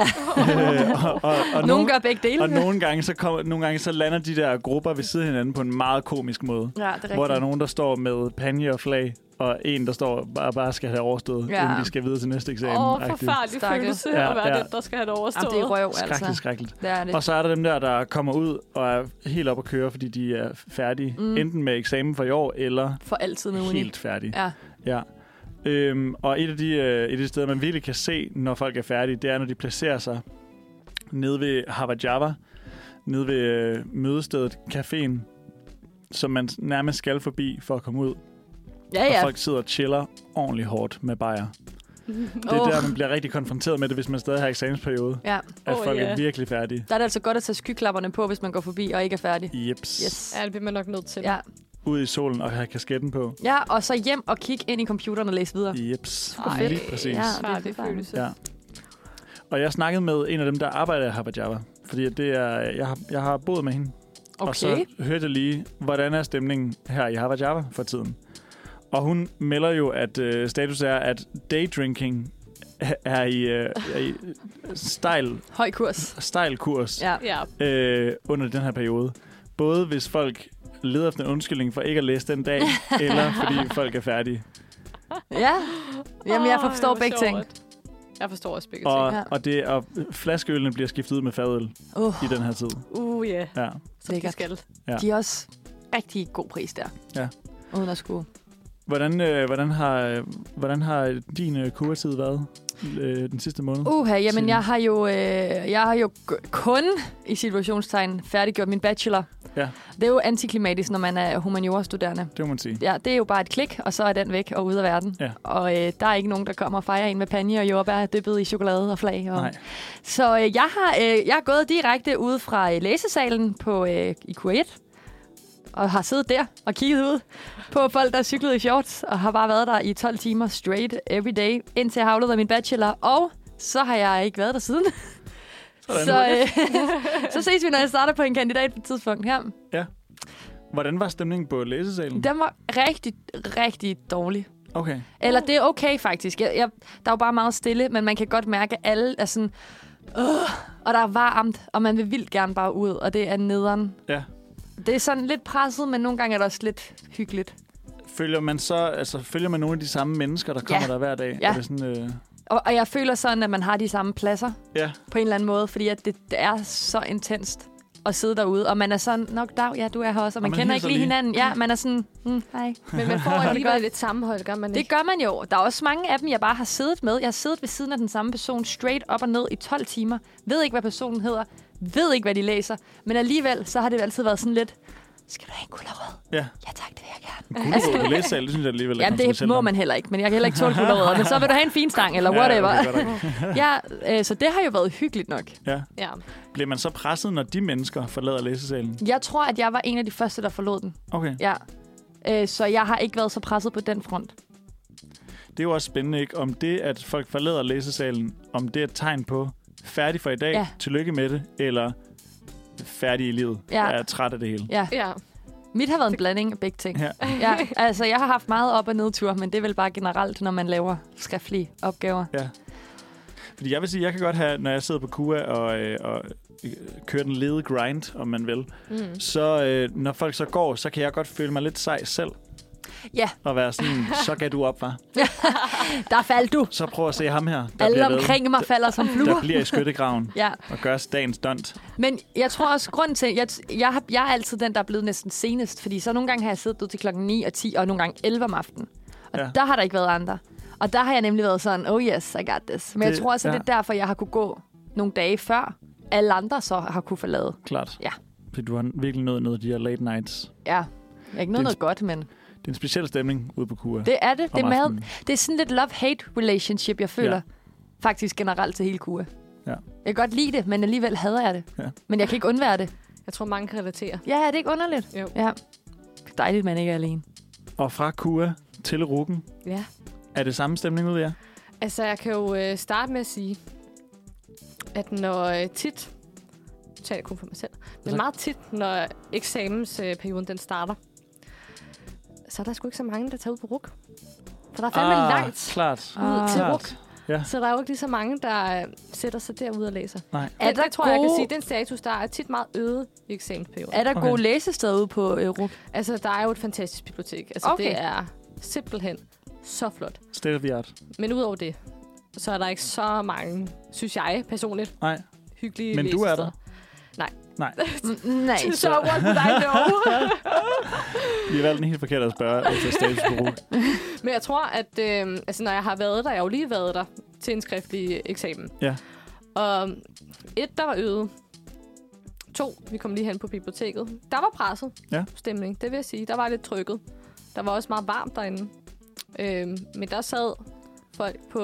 S4: Og nogen gør begge dele.
S2: Og nogle gange så lander de der grupper ved siden af hinanden på en meget komisk måde.
S4: Ja, det er rigtigt.
S2: Hvor der er nogen, der står med panje og flag, og en, der står bare skal have overstået, inden de skal videre til næste eksamen.
S5: Forfærdelig følelse at være den, der skal have det overstået.
S4: Det er røv, altså.
S2: Skrækkeligt.
S4: Det er det.
S2: Og så er der dem der kommer ud og er helt op at køre, fordi de er færdige. Enten med eksamen for i år, eller
S4: for altid med uni.
S2: Helt færdige.
S4: Ja.
S2: Og et af de steder, man virkelig kan se, når folk er færdige, det er, når de placerer sig nede ved Harvard Java, nede ved mødestedet, caféen, som man nærmest skal forbi for at komme ud.
S4: Ja.
S2: Og folk sidder og chiller ordentligt hårdt med bajer. Det er der, man bliver rigtig konfronteret med det, hvis man stadig har eksamensperiode.
S4: Ja.
S2: At folk er virkelig færdige.
S4: Der er det altså godt at tage skyklapperne på, hvis man går forbi og ikke er færdig.
S2: Yes.
S5: Ja, det bliver man nok nødt til.
S4: Ja.
S2: Ud i solen og have kasketten på.
S4: Ja, og så hjem og kigge ind i computeren og læse videre.
S2: Jeps.
S4: Lige
S2: præcis.
S4: Ja, det er følelse.
S2: Ja. Og jeg snakkede med en af dem, der arbejder i Harvard Java. Fordi det er, jeg har boet med hende.
S4: Okay.
S2: Og så hørte jeg lige, hvordan er stemningen her i Harvard Java for tiden. Og hun melder jo, at status er, at daydrinking er i
S4: høj kurs.
S2: Stejl kurs under den her periode. Både hvis folk leder efter en undskyldning for ikke at læse den dag, eller fordi folk er færdige.
S4: Ja, jamen jeg forstår begge ting.
S5: Jeg forstår også begge ting.
S2: Og flaskeølene bliver skiftet ud med fadøl i den her tid.
S5: Ja.
S4: Så det skal.
S2: Ja.
S4: De er også rigtig god pris der.
S2: Ja.
S4: Uden at skulle.
S2: Hvordan har din kuretid været den sidste måned?
S4: Jamen jeg har jo kun i situationstegn færdiggjort min bachelor.
S2: Ja.
S4: Det er jo antiklimatisk, når man er humaniora-studerende.
S2: Det må man sige.
S4: Ja, det er jo bare et klik, og så er den væk og ude af verden. Ja. Og der er ikke nogen, der kommer og fejrer en med panje og jordbær dyppet i chokolade og flag. Og...
S2: Nej.
S4: Så jeg har gået direkte ud fra læsesalen i Q1, og har siddet der og kigget ud på folk, der cyklede i shorts, og har bare været der i 12 timer straight every day, indtil jeg havlede af min bachelor, og så har jeg ikke været der siden. Så ses vi, når jeg starter på en kandidat på et tidspunkt her.
S2: Ja. Hvordan var stemningen på læsesalen?
S4: Den var rigtig, rigtig dårlig.
S2: Okay.
S4: Eller det er okay, faktisk. Der er jo bare meget stille, men man kan godt mærke, at alle er sådan... og der er varmt, og man vil vildt gerne bare ud, og det er nederen.
S2: Ja.
S4: Det er sådan lidt presset, men nogle gange er det også lidt hyggeligt.
S2: Følger man nogle af de samme mennesker, der kommer der hver dag?
S4: Ja.
S2: Er det sådan,
S4: Og jeg føler sådan, at man har de samme pladser på en eller anden måde, fordi at det er så intenst at sidde derude, og man er sådan, nok dag, ja, du er her også, og man kender ikke lige hinanden. Ja, man er sådan, hej.
S5: Men man får alligevel lidt sammenhold, gør man ikke?
S4: Det gør man jo. Der er også mange af dem, jeg bare har siddet med. Jeg har siddet ved siden af den samme person, straight op og ned i 12 timer. Ved ikke, hvad personen hedder. Ved ikke, hvad de læser. Men alligevel, så har det altid været sådan lidt, skal du have en gulerod?
S2: Ja.
S4: Ja tak, det vil jeg gerne.
S2: Gulerod på læsesal, det synes jeg alligevel er
S4: Jamen, det
S2: kontroversielt
S4: må
S2: nok.
S4: man heller ikke, men jeg kan heller ikke tåle gulerødder. Men så vil du have en fin stang, eller whatever.
S2: Ja, okay,
S4: Ja, så det har jo været hyggeligt nok.
S2: ja.
S5: Ja.
S2: Bliver man så presset, når de mennesker forlader læsesalen?
S4: Jeg tror, at jeg var en af de første, der forlod den.
S2: Okay.
S4: Ja. Så jeg har ikke været så presset på den front.
S2: Det er jo også spændende, ikke? Om det, at folk forlader læsesalen, om det er et tegn på færdig for i dag,
S4: Ja.
S2: tillykke med det, eller færdig i livet,
S4: Ja.
S2: jeg er træt af det hele.
S4: Ja.
S5: Ja.
S4: Mit har været en blanding af begge ting.
S2: Ja.
S4: Ja, altså, jeg har haft meget op- og nedtur, men det er vel bare generelt, når man laver skriftlige opgaver.
S2: Ja. Fordi jeg vil sige, jeg kan godt have, når jeg sidder på KUA og kører den lede grind, om man vil, så når folk så går, så kan jeg godt føle mig lidt sej selv.
S4: Ja.
S2: Og være sådan, så gav du op, hva'?
S4: Der faldt du.
S2: Så prøv at se ham her. Der
S4: Alle
S2: bliver ved.
S4: omkring mig falder som
S2: Der
S4: fluer.
S2: bliver i skyttegraven
S4: Ja.
S2: og gør dagens stunt.
S4: Men jeg tror også, grunden til, jeg er altid den, der er blevet næsten senest, fordi så nogle gange har jeg siddet ud til klokken 9 og 10, og nogle gange 11 om aftenen. Og
S2: Ja.
S4: der har der ikke været andre. Og der har jeg nemlig været sådan, oh yes, I got this. Men jeg tror også, at det er derfor, jeg har kunne gå nogle dage før alle andre så har kunne forlade.
S2: Klart.
S4: Ja.
S2: Fordi du har virkelig nået noget af de her late nights.
S4: Ja, ikke noget godt, men
S2: Det er en speciel stemning ude på KUA.
S4: det er det. Det er,
S2: om
S4: meget,
S2: aftenen.
S4: det er sådan lidt love-hate relationship, jeg føler faktisk generelt til hele KUA.
S2: Ja.
S4: Jeg kan godt lide det, men alligevel hader jeg det.
S2: Ja.
S4: Men jeg kan ikke undvære det.
S5: Jeg tror, mange kan relatere.
S4: Ja, er det ikke underligt?
S5: Jo.
S4: Ja. Dejligt, man ikke er alene.
S2: Og fra KUA til Rukken,
S5: Ja.
S2: er det samme stemning ude, ja?
S5: Altså, jeg kan jo starte med at sige, at når tit, nu taler jeg kun for mig selv, men
S2: Tak.
S5: meget tit, når eksamensperioden den starter, så er der sgu ikke så mange, der tager ud på RUK. For der er fandme langt
S2: Klart.
S5: ud til
S2: Klart.
S5: RUK.
S2: Ja.
S5: Så der er jo ikke lige så mange, der sætter sig derude og læser.
S2: Nej.
S4: Er der
S5: Det tror jeg, jeg kan
S4: gode-
S5: sige. Den status, der er tit meget øget i eksamensperioden.
S4: Er der
S2: Okay.
S4: gode læsesteder ude på RUK?
S5: Altså, der er jo et fantastisk bibliotek. Altså,
S4: Okay.
S5: det er simpelthen så flot.
S2: State of the art.
S5: Men udover det, så er der ikke så mange, synes jeg personligt,
S2: Nej.
S5: hyggelige
S2: Men du er der?
S5: Nej.
S2: Nej.
S4: Nej.
S5: Så what would I know?
S2: Vi har valgt den helt forkert at spørge efter status på RUK.
S5: Men jeg tror, at altså, når jeg har været der, jeg har jo lige været der til en skriftlig eksamen.
S2: Ja.
S5: Og 1, der var øget. 2, vi kom lige hen på biblioteket. Der var presset stemning, det vil jeg sige. Der var lidt trykket. Der var også meget varmt derinde. Men der sad folk på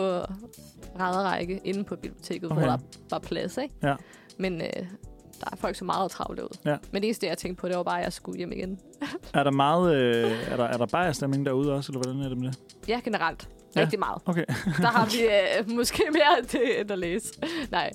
S5: række inde på biblioteket,
S2: Okay.
S5: hvor der var plads, ikke?
S2: Ja.
S5: Men der er folk så meget travlt derude.
S2: Ja.
S5: Men det eneste, jeg tænkte på, det var bare, at jeg skulle hjem igen.
S2: Er der meget... er der bajerstemning derude også, eller hvordan er det med det?
S5: Ja, generelt.
S2: Ja.
S5: Rigtig meget.
S2: Okay.
S5: Der har vi måske mere af det, end at læse. Nej,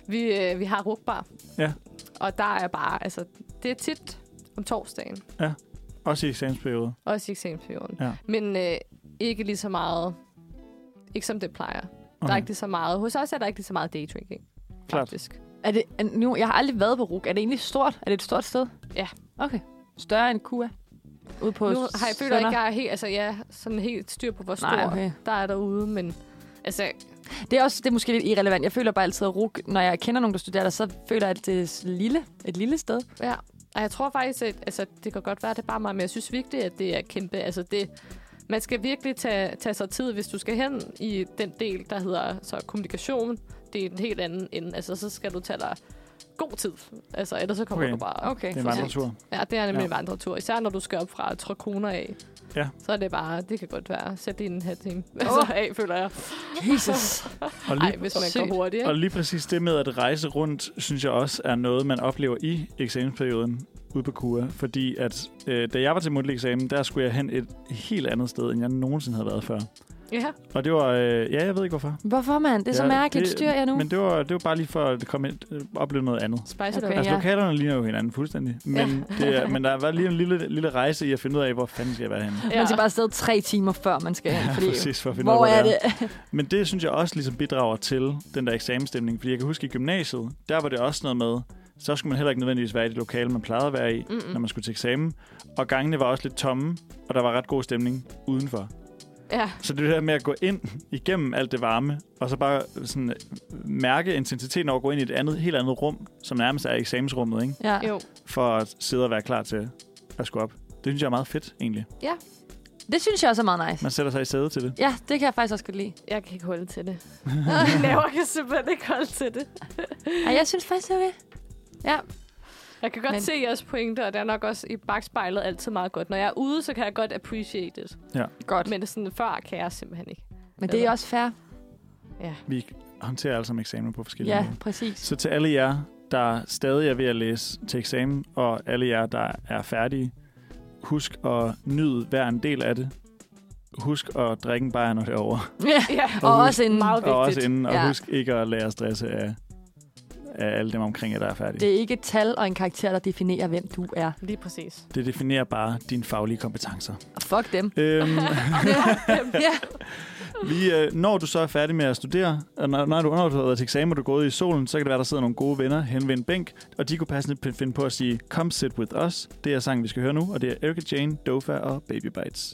S5: vi har rugbar.
S2: Ja.
S5: Og der er bare, altså, det er tit om torsdagen.
S2: Også i eksamensperiode.
S5: Også i eksamensperioden.
S2: Ja.
S5: Men ikke lige så meget, ikke som det plejer. Der er ikke lige så meget. Hos os er der ikke lige så meget daydrinking.
S2: Klart.
S5: Faktisk.
S4: Er det, nu, jeg har aldrig været på RUK. Er det egentlig stort? Er det et stort sted?
S5: Ja.
S4: Okay. Større end KUA? Ude på
S5: Nu har jeg føler ikke, jeg er helt, altså, sådan helt styr på, hvor stor
S4: Nej, okay.
S5: der er derude. Men altså,
S4: Det er måske lidt irrelevant. Jeg føler bare altid, at RUK, når jeg kender nogen, der studerer der, så føler jeg, at det er et lille sted.
S5: ja. Og jeg tror faktisk, at altså, det kan godt være, at det er bare mig, men jeg synes virkelig, at det er kæmpe. Altså, man skal virkelig tage sig tid, hvis du skal hen i den del, der hedder så kommunikation. Det er en helt anden ende. Altså, så skal du tage dig god tid. Altså, ellers så kommer
S2: Okay.
S5: du bare...
S4: Okay.
S2: Det er en vandretur.
S5: Ja, det er nemlig
S2: Ja.
S5: en vandretur. Især når du skal op fra Trokroner af.
S2: Ja.
S5: Så er det bare... Det kan godt være. Sæt din hatting altså, af, føler jeg.
S4: Jesus.
S2: Og
S5: Ej,
S2: lige,
S5: hvis man
S4: Sygt.
S5: går hurtigt.
S2: og
S5: Ikke?
S2: lige præcis det med at rejse rundt, synes jeg også er noget, man oplever i eksamensperioden ude på KUA. Fordi at da jeg var til mundtlig eksamen, der skulle jeg hen et helt andet sted, end jeg nogensinde havde været før.
S5: Ja.
S2: Og det var... ja, jeg ved ikke hvorfor.
S4: Hvorfor, mand? Det er så mærkeligt. Styrer jeg nu?
S2: Men det var bare lige for at komme ind, opleve noget andet.
S5: Spice
S4: Okay.
S5: it up.
S2: Altså,
S4: Ja.
S2: lokalerne ligner jo hinanden fuldstændig. Men, men der var lige en lille rejse i at finde ud af, hvor fanden skal jeg være henne.
S4: Man skal bare afsted 3 timer før, man skal hen.
S2: Ja,
S4: Fordi,
S2: præcis, for at finde
S4: hvor
S2: ud af,
S4: er
S2: hvor
S4: det?
S2: Men det synes jeg også ligesom bidrager til den der eksamensstemning. Fordi jeg kan huske i gymnasiet, der var det også noget med, så skulle man heller ikke nødvendigvis være i det lokale, man plejede at være i, når man skulle til eksamen. Og gangene var også lidt tomme, og der var ret god stemning udenfor.
S5: Ja.
S2: Så det der med at gå ind igennem alt det varme, og så bare sådan mærke intensiteten over at gå ind i et helt andet rum, som nærmest er eksamensrummet, ikke?
S4: Ja.
S5: Jo.
S2: For at sidde og være klar til at skulle op. Det synes jeg er meget fedt, egentlig.
S5: Ja.
S4: Det synes jeg også er meget nice.
S2: Man sætter sig i sæde til det.
S4: Ja, det kan jeg faktisk også godt lide.
S5: Jeg kan ikke holde til det. Mine nerver kan simpelthen ikke holde til det.
S4: Ej, jeg synes faktisk, det er okay. Ja.
S5: Jeg kan godt se jeres pointer, og det er nok også i bagspejlet altid meget godt. Når jeg er ude, så kan jeg godt appreciate det.
S2: Ja.
S4: Godt.
S5: Men sådan før kan jeg simpelthen ikke.
S4: Men det er også fair.
S5: Ja.
S2: Vi håndterer alle sammen eksamen på forskellige måder.
S4: Ja, præcis.
S2: Så til alle jer, der stadig er ved at læse til eksamen, og alle jer, der er færdige, husk at nyde hver en del af det. Husk at drikke en bajer, når det er over.
S4: Ja, og også inden.
S5: Meget vigtigt.
S2: Og også inden, og
S4: Ja.
S2: husk ikke at lade jer stresse af alle dem omkring jer, der er færdige.
S4: Det er ikke et tal og en karakter, der definerer, hvem du er.
S5: Lige præcis.
S2: Det definerer bare dine faglige kompetencer.
S4: Fuck dem.
S2: Ja.
S4: Ja.
S2: Når du så er færdig med at studere, og når du har været til eksamen, og du er gået i solen, så kan det være, der sidder nogle gode venner hen ved en bænk, og de kunne passende finde på at sige, Come sit with us. Det er sangen, vi skal høre nu, og det er Erika Jane, Dofa og Baby Bites.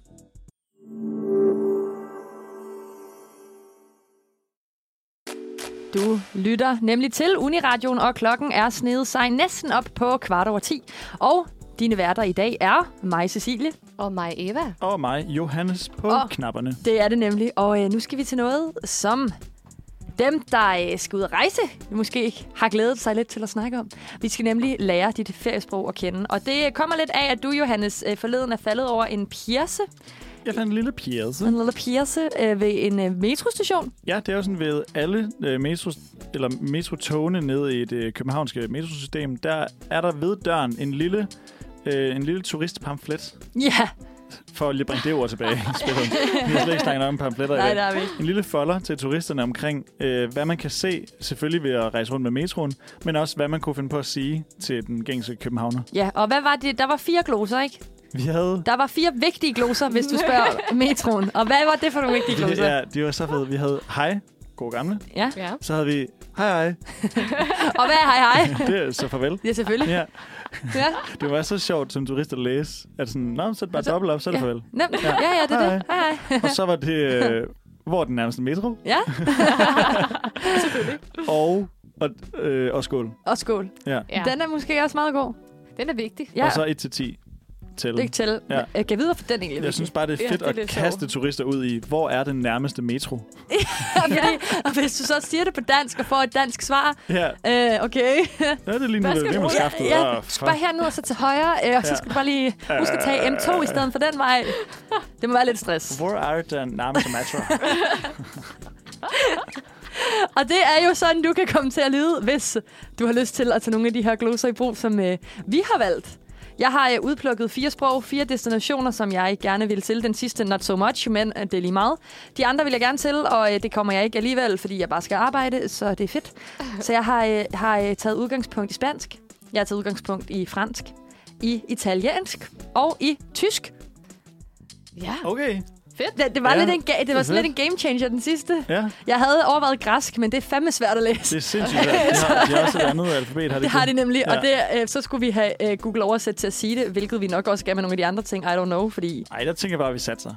S4: Du lytter nemlig til Uniradioen, og klokken er snedet sig næsten op på 10:15. Og dine værter i dag er mig, Cecilie.
S5: Og mig, Eva.
S2: Og mig, Johannes, på knapperne.
S4: Det er det nemlig. Og nu skal vi til noget, som dem, der skal ud at rejse, måske ikke har glædet sig lidt til at snakke om. Vi skal nemlig lære dit feriesprog at kende. Og det kommer lidt af, at du, Johannes, forleden er faldet over en pjece.
S2: Jeg fandt en lille pjece.
S4: En lille pjece ved en metrostation.
S2: Ja, det er jo sådan ved alle metrotogene nede i det københavnske metrosystem. Der er der ved døren en lille turistpamflet.
S4: Ja.
S2: For at lige bringe det ord tilbage i spillet. Vi har slet ikke snakket om pamfletter i
S4: Nej,
S2: dag.
S4: der er vi ikke.
S2: En lille folder til turisterne omkring, hvad man kan se, selvfølgelig ved at rejse rundt med metroen, men også hvad man kunne finde på at sige til den gængse københavner.
S4: Ja, og hvad var det? Der var 4 gloser, ikke? Der var 4 vigtige gloser, hvis du spørger metroen. Og hvad var det for nogle vigtige gloser?
S2: Ja, de var så fede. Vi havde hej, god gamle.
S4: Ja.
S2: Så havde vi hej.
S4: Og hvad er hej?
S2: Det er så farvel.
S4: Ja, selvfølgelig.
S2: Ja.
S4: Ja.
S2: Det var så sjovt som turist at læse, at sådan, så er det bare dobbelt op, så er det farvel.
S4: Nemt. Ja, det er det. Hej.
S2: Og så var det, hvor er den nærmeste metro?
S4: Ja.
S2: Selvfølgelig. Og skål.
S4: Og skål.
S2: Ja.
S4: Den er måske også meget god.
S5: Den er vigtig.
S4: Ja.
S2: Og så 1-10.
S4: Det er til. Ja. Jeg kan videre for den egentlig.
S2: Jeg synes bare, det er fedt at kaste turister ud i, hvor er den nærmeste metro?
S4: Og hvis du så siger det på dansk og får et dansk svar, okay.
S2: Ja, det er lige nu, det man skaftet.
S4: Ja, bare herned og så til højre, og så skal du bare lige huske at tage M2 i stedet for den vej. Det må være lidt stress.
S2: Hvor er den nærmeste metro?
S4: Og det er jo sådan, du kan komme til at lyde, hvis du har lyst til at tage nogle af de her gloser i brug, som vi har valgt. Jeg har udplukket 4 sprog, 4 destinationer, som jeg gerne vil til. Den sidste not so much, men det er lige meget. De andre vil jeg gerne til, og det kommer jeg ikke alligevel, fordi jeg bare skal arbejde, så det er fedt. Så jeg har taget udgangspunkt i spansk. Jeg har taget udgangspunkt i fransk, i italiensk og i tysk.
S5: Ja.
S2: Okay.
S5: Fedt.
S4: Det var lidt en game changer, den sidste.
S2: Ja.
S4: Jeg havde overvejet græsk, men det er fandme svært at læse.
S2: Det er sindssygt svært. De har også et andet alfabet.
S4: Det har de nemlig, ja. Og så skulle vi have Google oversæt til at sige det, hvilket vi nok også skal med nogle af de andre ting. I don't know, fordi...
S2: Ej, der tænker jeg bare, at vi satser.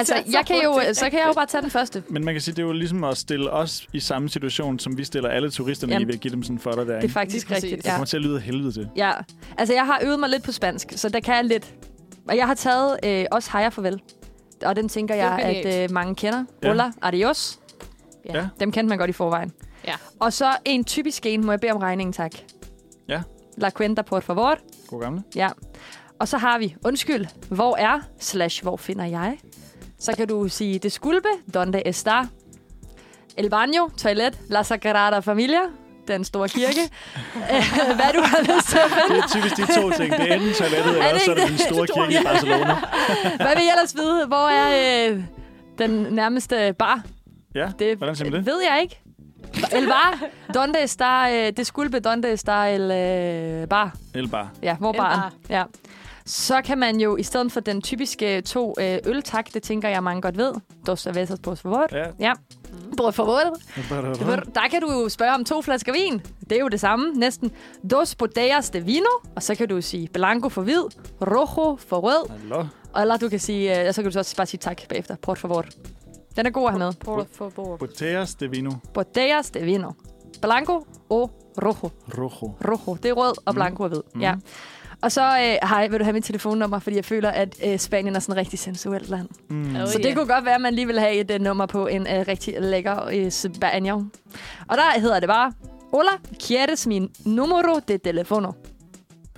S4: Så kan jeg jo bare tage den første.
S2: Men man kan sige, det er jo ligesom at stille os i samme situation, som vi stiller alle turisterne i ved at give dem sådan en folder der.
S4: Det er faktisk rigtigt, ja.
S2: Det kommer til at lyde helvede til.
S4: Ja, altså jeg har øvet mig lidt på spansk, så der kan jeg lidt. Og jeg har taget også hej og farvel. Og den tænker jeg, at mange kender. Hola, adios.
S2: Ja.
S4: Dem kendte man godt i forvejen.
S5: Ja.
S4: Og så en typisk en, må jeg bede om regningen, tak.
S2: Ja.
S4: La cuenta, por favor.
S2: God gamle.
S4: Ja. Og så har vi, undskyld, hvor er, /hvor finder jeg? Så kan du sige, disculpe, donde está? El baño, toilet, la sagrada familia. Den store kirke. Hvad du har lyst til at finde.
S2: Det er typisk de 2 ting. Det er enten toilettet, eller så er det den store kirke i Barcelona.
S4: Hvad vil I ellers vide? Hvor er den nærmeste bar?
S2: Ja, hvordan siger man det?
S4: Ved jeg ikke. El bar. Donde está, disculpe, donde está el bar?
S2: El bar.
S4: Ja, hvor baren? Ja. Så kan man jo, i stedet for den typiske 2 øl, tak, det tænker jeg, mange godt ved. Dos cervezas, por favor. Ja. Por favor. Der kan du jo spørge om 2 flasker vin. Det er jo det samme, næsten. Dos botellas de vino. Og så kan du sige blanco for hvid, rojo for rød.
S2: Hallo.
S4: Eller du kan sige, så kan du så også bare sige tak bagefter. Por favor. Den er god at have med.
S5: Por favor.
S2: Botellas de vino.
S4: Botellas de vino. Blanco og rojo. Rojo. Det er rød, og blanco er hvid. Ja. Og så vil du have mit telefonnummer, fordi jeg føler, at Spanien er sådan et rigtig sensuelt land. Så det kunne godt være, at man lige vil have et nummer på en rigtig lækker Spanien. Og der hedder det bare, Hola, ¿quieres mi número de teléfono?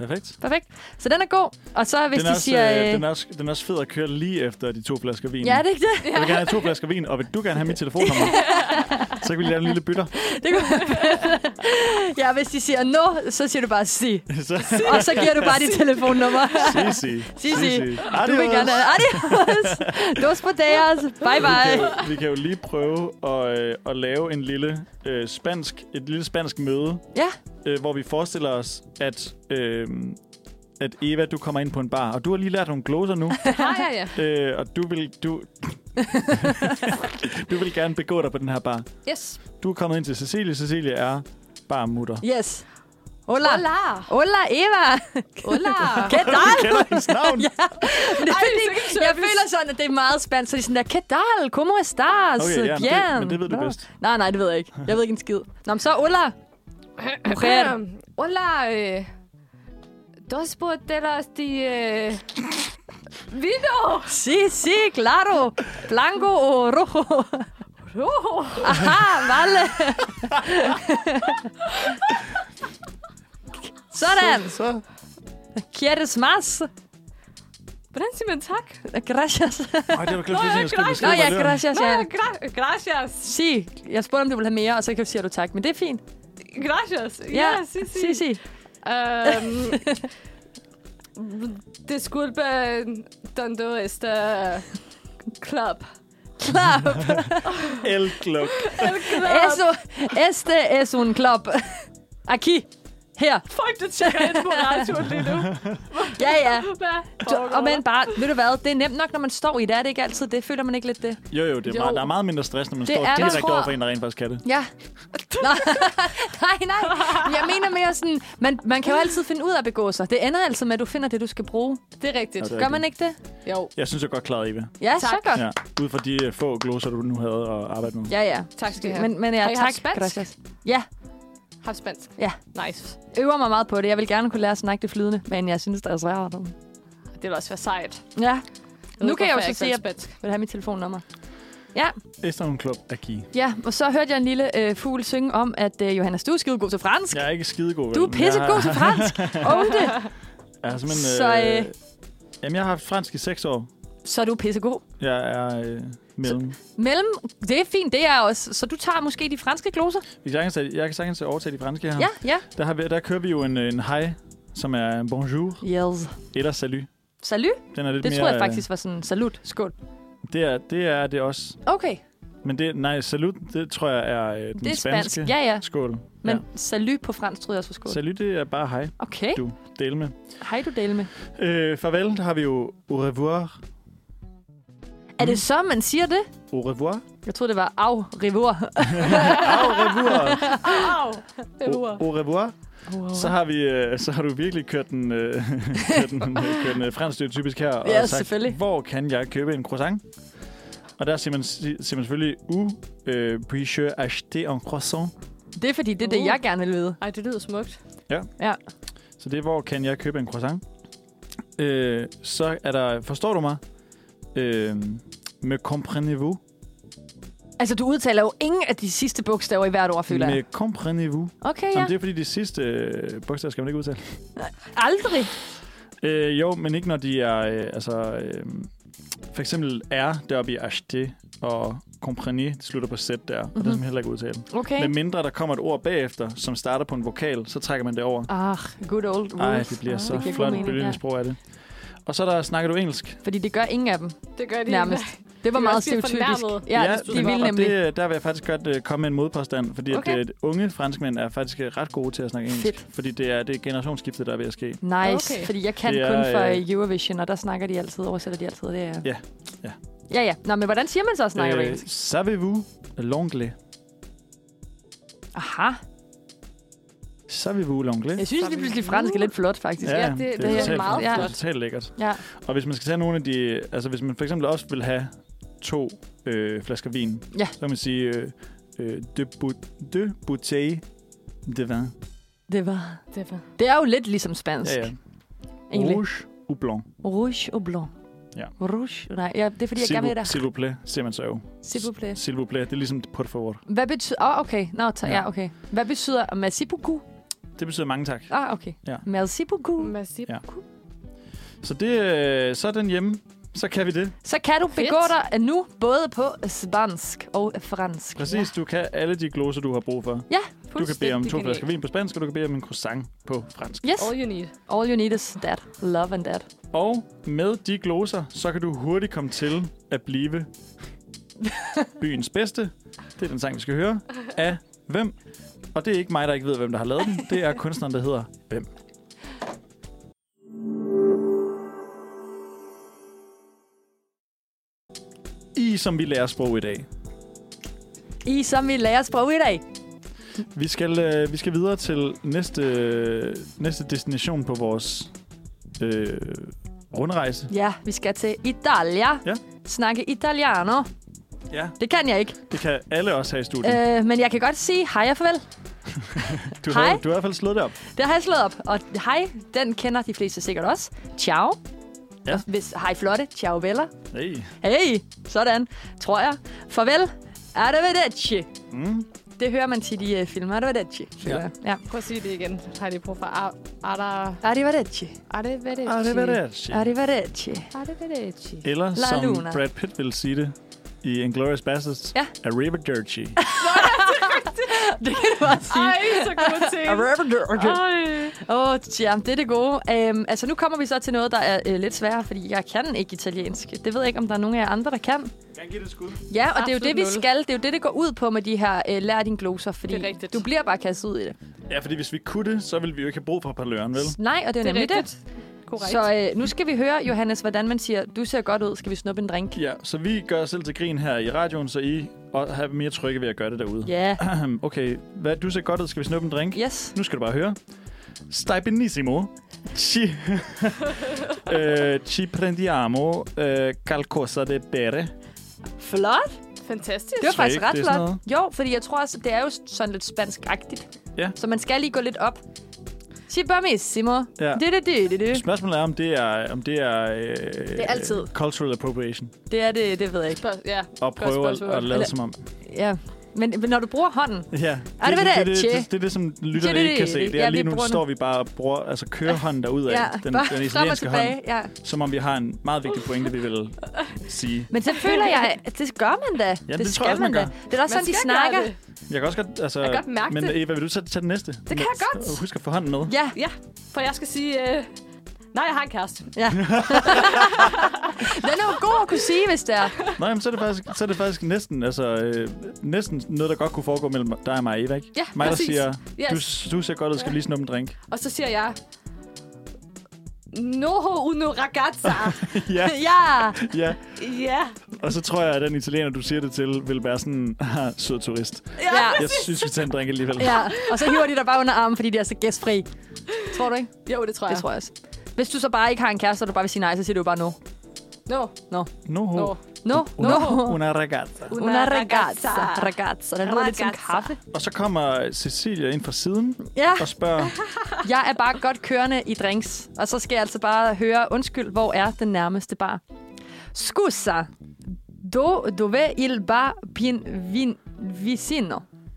S2: Perfekt.
S4: Så den er god. Og så hvis de siger...
S2: Den er også fed at køre lige efter de 2 flasker vin.
S4: Ja, det er ikke det?
S2: Jeg vil gerne have 2 flasker vin, og vil du gerne have mit telefonnummer? Så kan vi lave en lille bytter.
S4: Det kunne ja, hvis de siger no, så siger du bare si. Og så giver du bare dit telefonnummer.
S2: Si.
S4: Du vil gerne have adios. Dos botellas. Bye bye.
S2: Vi kan jo lige prøve at lave en lille spansk møde.
S4: Ja.
S2: Hvor vi forestiller os, at Eva, du kommer ind på en bar, og du har lige lært nogle gloser nu.
S5: Ja.
S2: Og du vil gerne begå dig på den her bar.
S5: Yes.
S2: Du er kommet ind til Cecilie. Cecilie er barmutter.
S4: Yes. Hola.
S5: Hola,
S4: Eva.
S5: Hola.
S4: ¿Qué tal?
S2: Du kender hendes navn.
S4: Ja. Men det er fordi, jeg føler sådan, at det er meget spansk. Så de er sådan der, ¿Qué tal? ¿Cómo estás?
S2: Okay, ja,
S4: Bien.
S2: men det ved du bedst.
S4: Nej, det ved jeg ikke. Jeg ved ikke en skid. Nå, men så hola.
S5: Hola, dos botellas de vino.
S4: Sí, claro. Blanco o rojo.
S5: Rojo.
S4: Aha, vale. Sådan.
S2: Så.
S4: ¿Quieres más?
S5: Hvordan siger man tak?
S4: Gracias.
S2: Nej, det var glemt, at jeg skulle
S4: Nå
S2: beskrive
S4: ja,
S2: mig.
S4: gracias, ja.
S5: Gracias.
S4: Si. Jeg spurgte, om du vil have mere, og så siger du tak. Men det er fint.
S5: Gracias.
S4: Ja,
S5: Ja,
S4: si.
S5: Disculpe, donde este club.
S4: Club.
S2: El Club.
S4: Este es un club. Aquí. Her.
S5: Fuck, det tjekker ind på radioen lige nu.
S4: Ja.
S5: Hvad?
S4: Og men bare, ved du hvad, det er nemt nok, når man står i det. Er det ikke altid det? Føler man ikke lidt det?
S2: Jo, det er meget, der er meget mindre stress, når man
S4: Det
S2: står
S4: er der,
S2: direkte
S4: tror-
S2: over for en, der rent faktisk kan det.
S4: Ja. Nej. Jeg mener mere sådan, man kan jo altid finde ud af at begå sig. Det ender altid med, at du finder det, du skal bruge.
S5: Det er rigtigt.
S2: Ja, det er
S4: Gør man ikke det?
S5: Jo.
S2: Jeg synes, jeg godt klarede, Eva.
S4: Ja,
S5: Tak.
S4: så godt.
S2: Ja, ud fra de få gloser, du nu havde at arbejde med.
S4: Ja.
S5: Tak skal I have.
S4: Men
S5: Har
S4: ja,
S5: I
S4: tak.
S5: haft spansk?
S4: Gracias. Ja,
S5: Haft spansk.
S4: Ja.
S5: Nice.
S4: øver mig meget på det. Jeg vil gerne kunne lære at snakke det flydende, men jeg synes, det er svært.
S5: Det vil også være sejt.
S4: Ja. Nu kan jeg jo så se, at jeg
S5: spansk.
S4: vil have mit telefonnummer. Ja,
S2: Este un club aquí.
S4: ja, og så hørte jeg en lille fugl synge om, at Johannes, du er skide god til fransk.
S2: Jeg er ikke skidegod.
S4: Du er pissegod til fransk. Own det.
S2: Jeg har simpelthen...
S4: Så,
S2: Jamen, jeg har haft fransk i 6 år.
S4: Så er du pissegod.
S2: Jeg er mellem.
S4: Mellem, det er fint, det er også. Så du tager måske de franske gloser?
S2: Jeg kan sagtens overtage de franske her.
S4: Ja.
S2: Der kører vi jo en hej, som er bonjour
S4: Yes.
S2: eller salut.
S4: Salut?
S2: Den er lidt
S4: Det
S2: mere,
S4: tror jeg faktisk var sådan, salut, skål.
S2: Det er det også.
S4: Okay,
S2: Men salut, det tror jeg er den
S4: det er
S2: spanske.
S4: spansk. Ja.
S2: Skål.
S4: Men
S2: ja.
S4: salut på fransk, tror jeg også var skål.
S2: Salut, det er bare hej.
S4: Okay.
S2: Du deler med.
S4: Hej, du deler med.
S2: Farvel, der har vi jo au revoir.
S4: Er det så, man siger det?
S2: Au revoir.
S4: Jeg troede, det var au revoir.
S2: Au revoir.
S5: Au.
S2: Au revoir. Så har du virkelig kørt den fransk stereotypisk her. Og
S4: Ja,
S2: sagt,
S4: selvfølgelig.
S2: hvor kan jeg købe en croissant? Og der siger man selvfølgelig, puis-je acheter un croissant?
S4: Det er fordi, det er det, jeg gerne vil vide.
S5: Ej, det lyder smukt.
S4: Ja.
S2: Så det er, hvor kan jeg købe en croissant? Så er der, forstår du mig? Me comprenez-vous?
S4: Altså, du udtaler jo ingen af de sidste bogstaver i hvert ord, føler jeg.
S2: Me comprenez-vous?
S4: Okay, ja.
S2: Jamen, det er fordi, de sidste bogstaver skal man ikke udtale.
S4: Aldrig.
S2: Jo, men ikke når de er... for eksempel er deroppe i acheter og comprenez, det slutter på z der, og det er som heller ikke udtale.
S4: Okay.
S2: Med mindre der kommer et ord bagefter, som starter på en vokal, så trækker man det over.
S4: Good old rules.
S2: Ej, det bliver så
S4: det giver god
S2: flot
S4: mening,
S2: bølgende sprog af det. Og så snakker du engelsk.
S4: Fordi det gør ingen af dem,
S5: Det gør de
S4: nærmest. Det var
S5: De
S4: meget
S5: også bliver
S4: stereotypisk.
S5: fornærmet.
S4: Ja,
S5: hvis du
S4: de
S5: siger
S4: vil
S5: bare-
S4: nemlig.
S2: Der vil jeg faktisk godt komme med en modpåstand, fordi
S5: Okay.
S2: at unge franskmænd er faktisk ret gode til at snakke engelsk.
S4: Fedt.
S2: Fordi det er generationsskiftet, der er ved at ske.
S4: Nice,
S5: Okay.
S4: fordi jeg kan
S2: Det
S4: kun
S2: er,
S4: for Eurovision, og der snakker de altid, oversætter de altid. Det er...
S2: Ja.
S4: Ja. Nå, men hvordan siger man så, snakker du engelsk?
S2: Savez-vous l'anglais?
S4: Aha.
S2: Savez-vous l'anglais?
S4: Jeg synes lige pludselig, fransk er lidt flot, faktisk.
S5: Ja, det er
S2: totalt
S5: meget
S2: flot.
S4: flot.
S2: Det er totalt lækkert.
S4: Ja.
S2: Og hvis man skal tage nogle af de... Altså, hvis man for eksempel også vil have 2 flasker vin,
S4: Ja.
S2: så kan man sige deux bouteilles de vin.
S4: Det var...
S5: Det var.
S4: Det er jo lidt ligesom spansk.
S2: Ja.
S4: Egentlig.
S2: Rouge ou blanc.
S4: Rouge og blanc.
S2: Ja.
S4: Rouge? Nej, ja, det er fordi, jeg gerne vil have
S2: S'il vous plaît, siger man så jo.
S4: S'il vous plaît.
S2: S'il vous plaît, det er ligesom por favor.
S4: Hvad betyder... okay. Ja, okay. Hvad betyder merci beaucoup?
S2: Det betyder mange tak.
S4: Okay.
S2: Ja.
S4: Merci beaucoup.
S5: Merci
S2: Ja.
S5: beaucoup.
S2: Så er den hjemme. Så kan vi det.
S4: Så kan du begå dig nu både på spansk og fransk.
S2: Præcis, du kan alle de gloser, du har brug for.
S4: Ja,
S2: Du kan bede om 2
S5: genialt.
S2: flasker vin på spansk, og du kan bede om en croissant på fransk.
S4: yes.
S5: All you need.
S4: All you need is that. Love and that.
S2: Og med de gloser, så kan du hurtigt komme til at blive byens bedste. Det er den sang, vi skal høre. Af hvem? Og det er ikke mig, der ikke ved, hvem der har lavet den. Det er kunstneren, der hedder Hvem. I som vi lærer sprog i dag.
S4: I som vi lærer sprog i dag.
S2: Vi skal videre til næste destination på vores rundrejse.
S4: Ja, vi skal til Italia.
S2: Ja.
S4: Snakke italiano.
S2: Ja,
S4: Det kan jeg ikke.
S2: det kan alle også have i studiet.
S4: Men jeg kan godt sige hej og farvel.
S2: Du
S4: hej.
S2: har i hvert fald slået det op.
S4: Det har jeg slået op. Og hej, den kender de fleste sikkert også. Ciao.
S2: Ja.
S4: Og hvis hej flotte, ciao bella.
S2: Hey.
S4: Hey, sådan, tror jeg. Farvel, arrivederci.
S2: Mm.
S4: Det hører man tit i film. Arrivederci.
S2: Ja.
S4: Ja.
S5: Prøv at sige det igen. Har de brug for
S4: Arrivederci.
S2: Arrivederci.
S4: Arrivederci.
S5: Arrivederci.
S2: Eller
S4: La
S2: som
S4: Luna.
S2: Brad Pitt vil sige det i Inglourious Basterds.
S4: Ja.
S2: Arrivederci.
S4: Det kan du bare sige.
S5: Ej, så god ting.
S4: Arrivederci.
S5: Ej.
S4: Ja, det er det gode. Altså, nu kommer vi så til noget, der er lidt sværere, fordi jeg kan ikke italiensk. Det ved jeg ikke, om der er nogen af jer andre, der kan.
S2: Kan give det skud.
S4: Ja, og det er jo
S5: Absolut
S4: det, vi
S5: 0.
S4: skal. Det er jo det, det går ud på med de her lær din gloser, fordi
S5: Det er rigtigt.
S4: du bliver bare kastet ud i det.
S2: Ja, fordi hvis vi kunne det, så ville vi jo ikke have brug for parløren, vel?
S4: Nej, og det er jo
S5: Det er
S4: nemlig
S5: rigtigt.
S4: det.
S5: Korrekt.
S4: Så nu skal vi høre, Johannes, hvordan man siger, du ser godt ud, skal vi snuppe en drink?
S2: Ja, så vi gør os selv til grin her i radioen, så I har mere trygge ved at gøre det derude.
S4: Ja,
S2: Okay, du ser godt ud. Skal vi snuppe en drink?
S4: yes.
S2: Nu skal du bare høre. Stai benissimo. Ci prendiamo qualcosa da bere.
S4: Flot.
S5: Fantastisk.
S4: Det var faktisk
S2: ikke,
S4: ret
S2: det er sådan
S4: flot. Jo, fordi jeg tror også, det er jo sådan lidt spansk-agtigt.
S2: Ja.
S4: Så man skal lige gå lidt op. Ci permissimo.
S2: Ja.
S4: Det.
S2: Spørgsmålet er, om det er
S4: er altid.
S2: Cultural appropriation.
S4: Det er det ved jeg ikke.
S5: Ja.
S2: Og prøve
S5: spørgsmål.
S2: at lade som om.
S4: Ja. Men når du bruger hånden,
S2: Ja,
S4: Er det hvad det er?
S2: det er det, som lytterne ikke kan se. Det er
S4: Ja,
S2: lige
S4: vi
S2: nu
S4: bruger
S2: står vi bare og bruger, altså kører hånden derud af.
S4: ja,
S2: Den
S4: bare frem og
S2: italienske hånd.
S4: tilbage. Ja.
S2: Som om vi har en meget vigtig pointe, vi vil sige.
S4: Men så føler jeg, at det gør man da.
S2: Ja, det tror
S4: skal
S2: jeg også, man gør.
S4: da. Det er også sådan, de
S5: Man skal gøre
S4: snakker.
S5: det.
S2: Jeg kan også godt, altså...
S5: Jeg kan godt mærke
S2: men
S5: det.
S2: Eva, vil du tage den næste?
S5: Det kan jeg godt.
S2: Husk at få hånden med.
S4: Ja,
S5: Ja, for jeg skal sige... nej, jeg har en kæreste.
S4: ja. Den er jo god at kunne sige, hvis det er.
S2: Nej, men så er det faktisk næsten, næsten noget, der godt kunne foregå mellem dig og mig, Eva, ikke?
S5: Ja,
S2: Mig, der
S5: præcis.
S2: siger,
S5: Yes.
S2: du ser godt ud, skal lige snuppe en drink.
S5: Og så siger jeg... Noho uno ragazza.
S2: Ja,
S4: Ja.
S2: ja.
S5: Ja.
S2: Og så tror jeg, at den italiener, du siger det til, vil være sådan, sød turist.
S4: Ja.
S2: Jeg synes, vi tager en drink alligevel.
S4: Ja. Og så hiver de dig bare under armen, fordi de er så gæstfri. Tror du ikke?
S5: Jo, det tror jeg.
S4: Det tror jeg også. Hvis du så bare ikke har en kæreste, og du bare vil sige nej, så siger du bare no.
S5: No.
S4: No.
S2: No.
S4: No.
S2: Una ragazza.
S4: Una ragazza. Ragazza. Den lyder lidt som
S5: Ragazza.
S4: kaffe.
S2: Og så kommer Cecilia ind fra siden
S4: Ja.
S2: og spørger,
S4: Jeg er bare godt kørende i drinks. Og så skal jeg altså bare høre, undskyld, hvor er den nærmeste bar? Scusa, dove il bar vicino?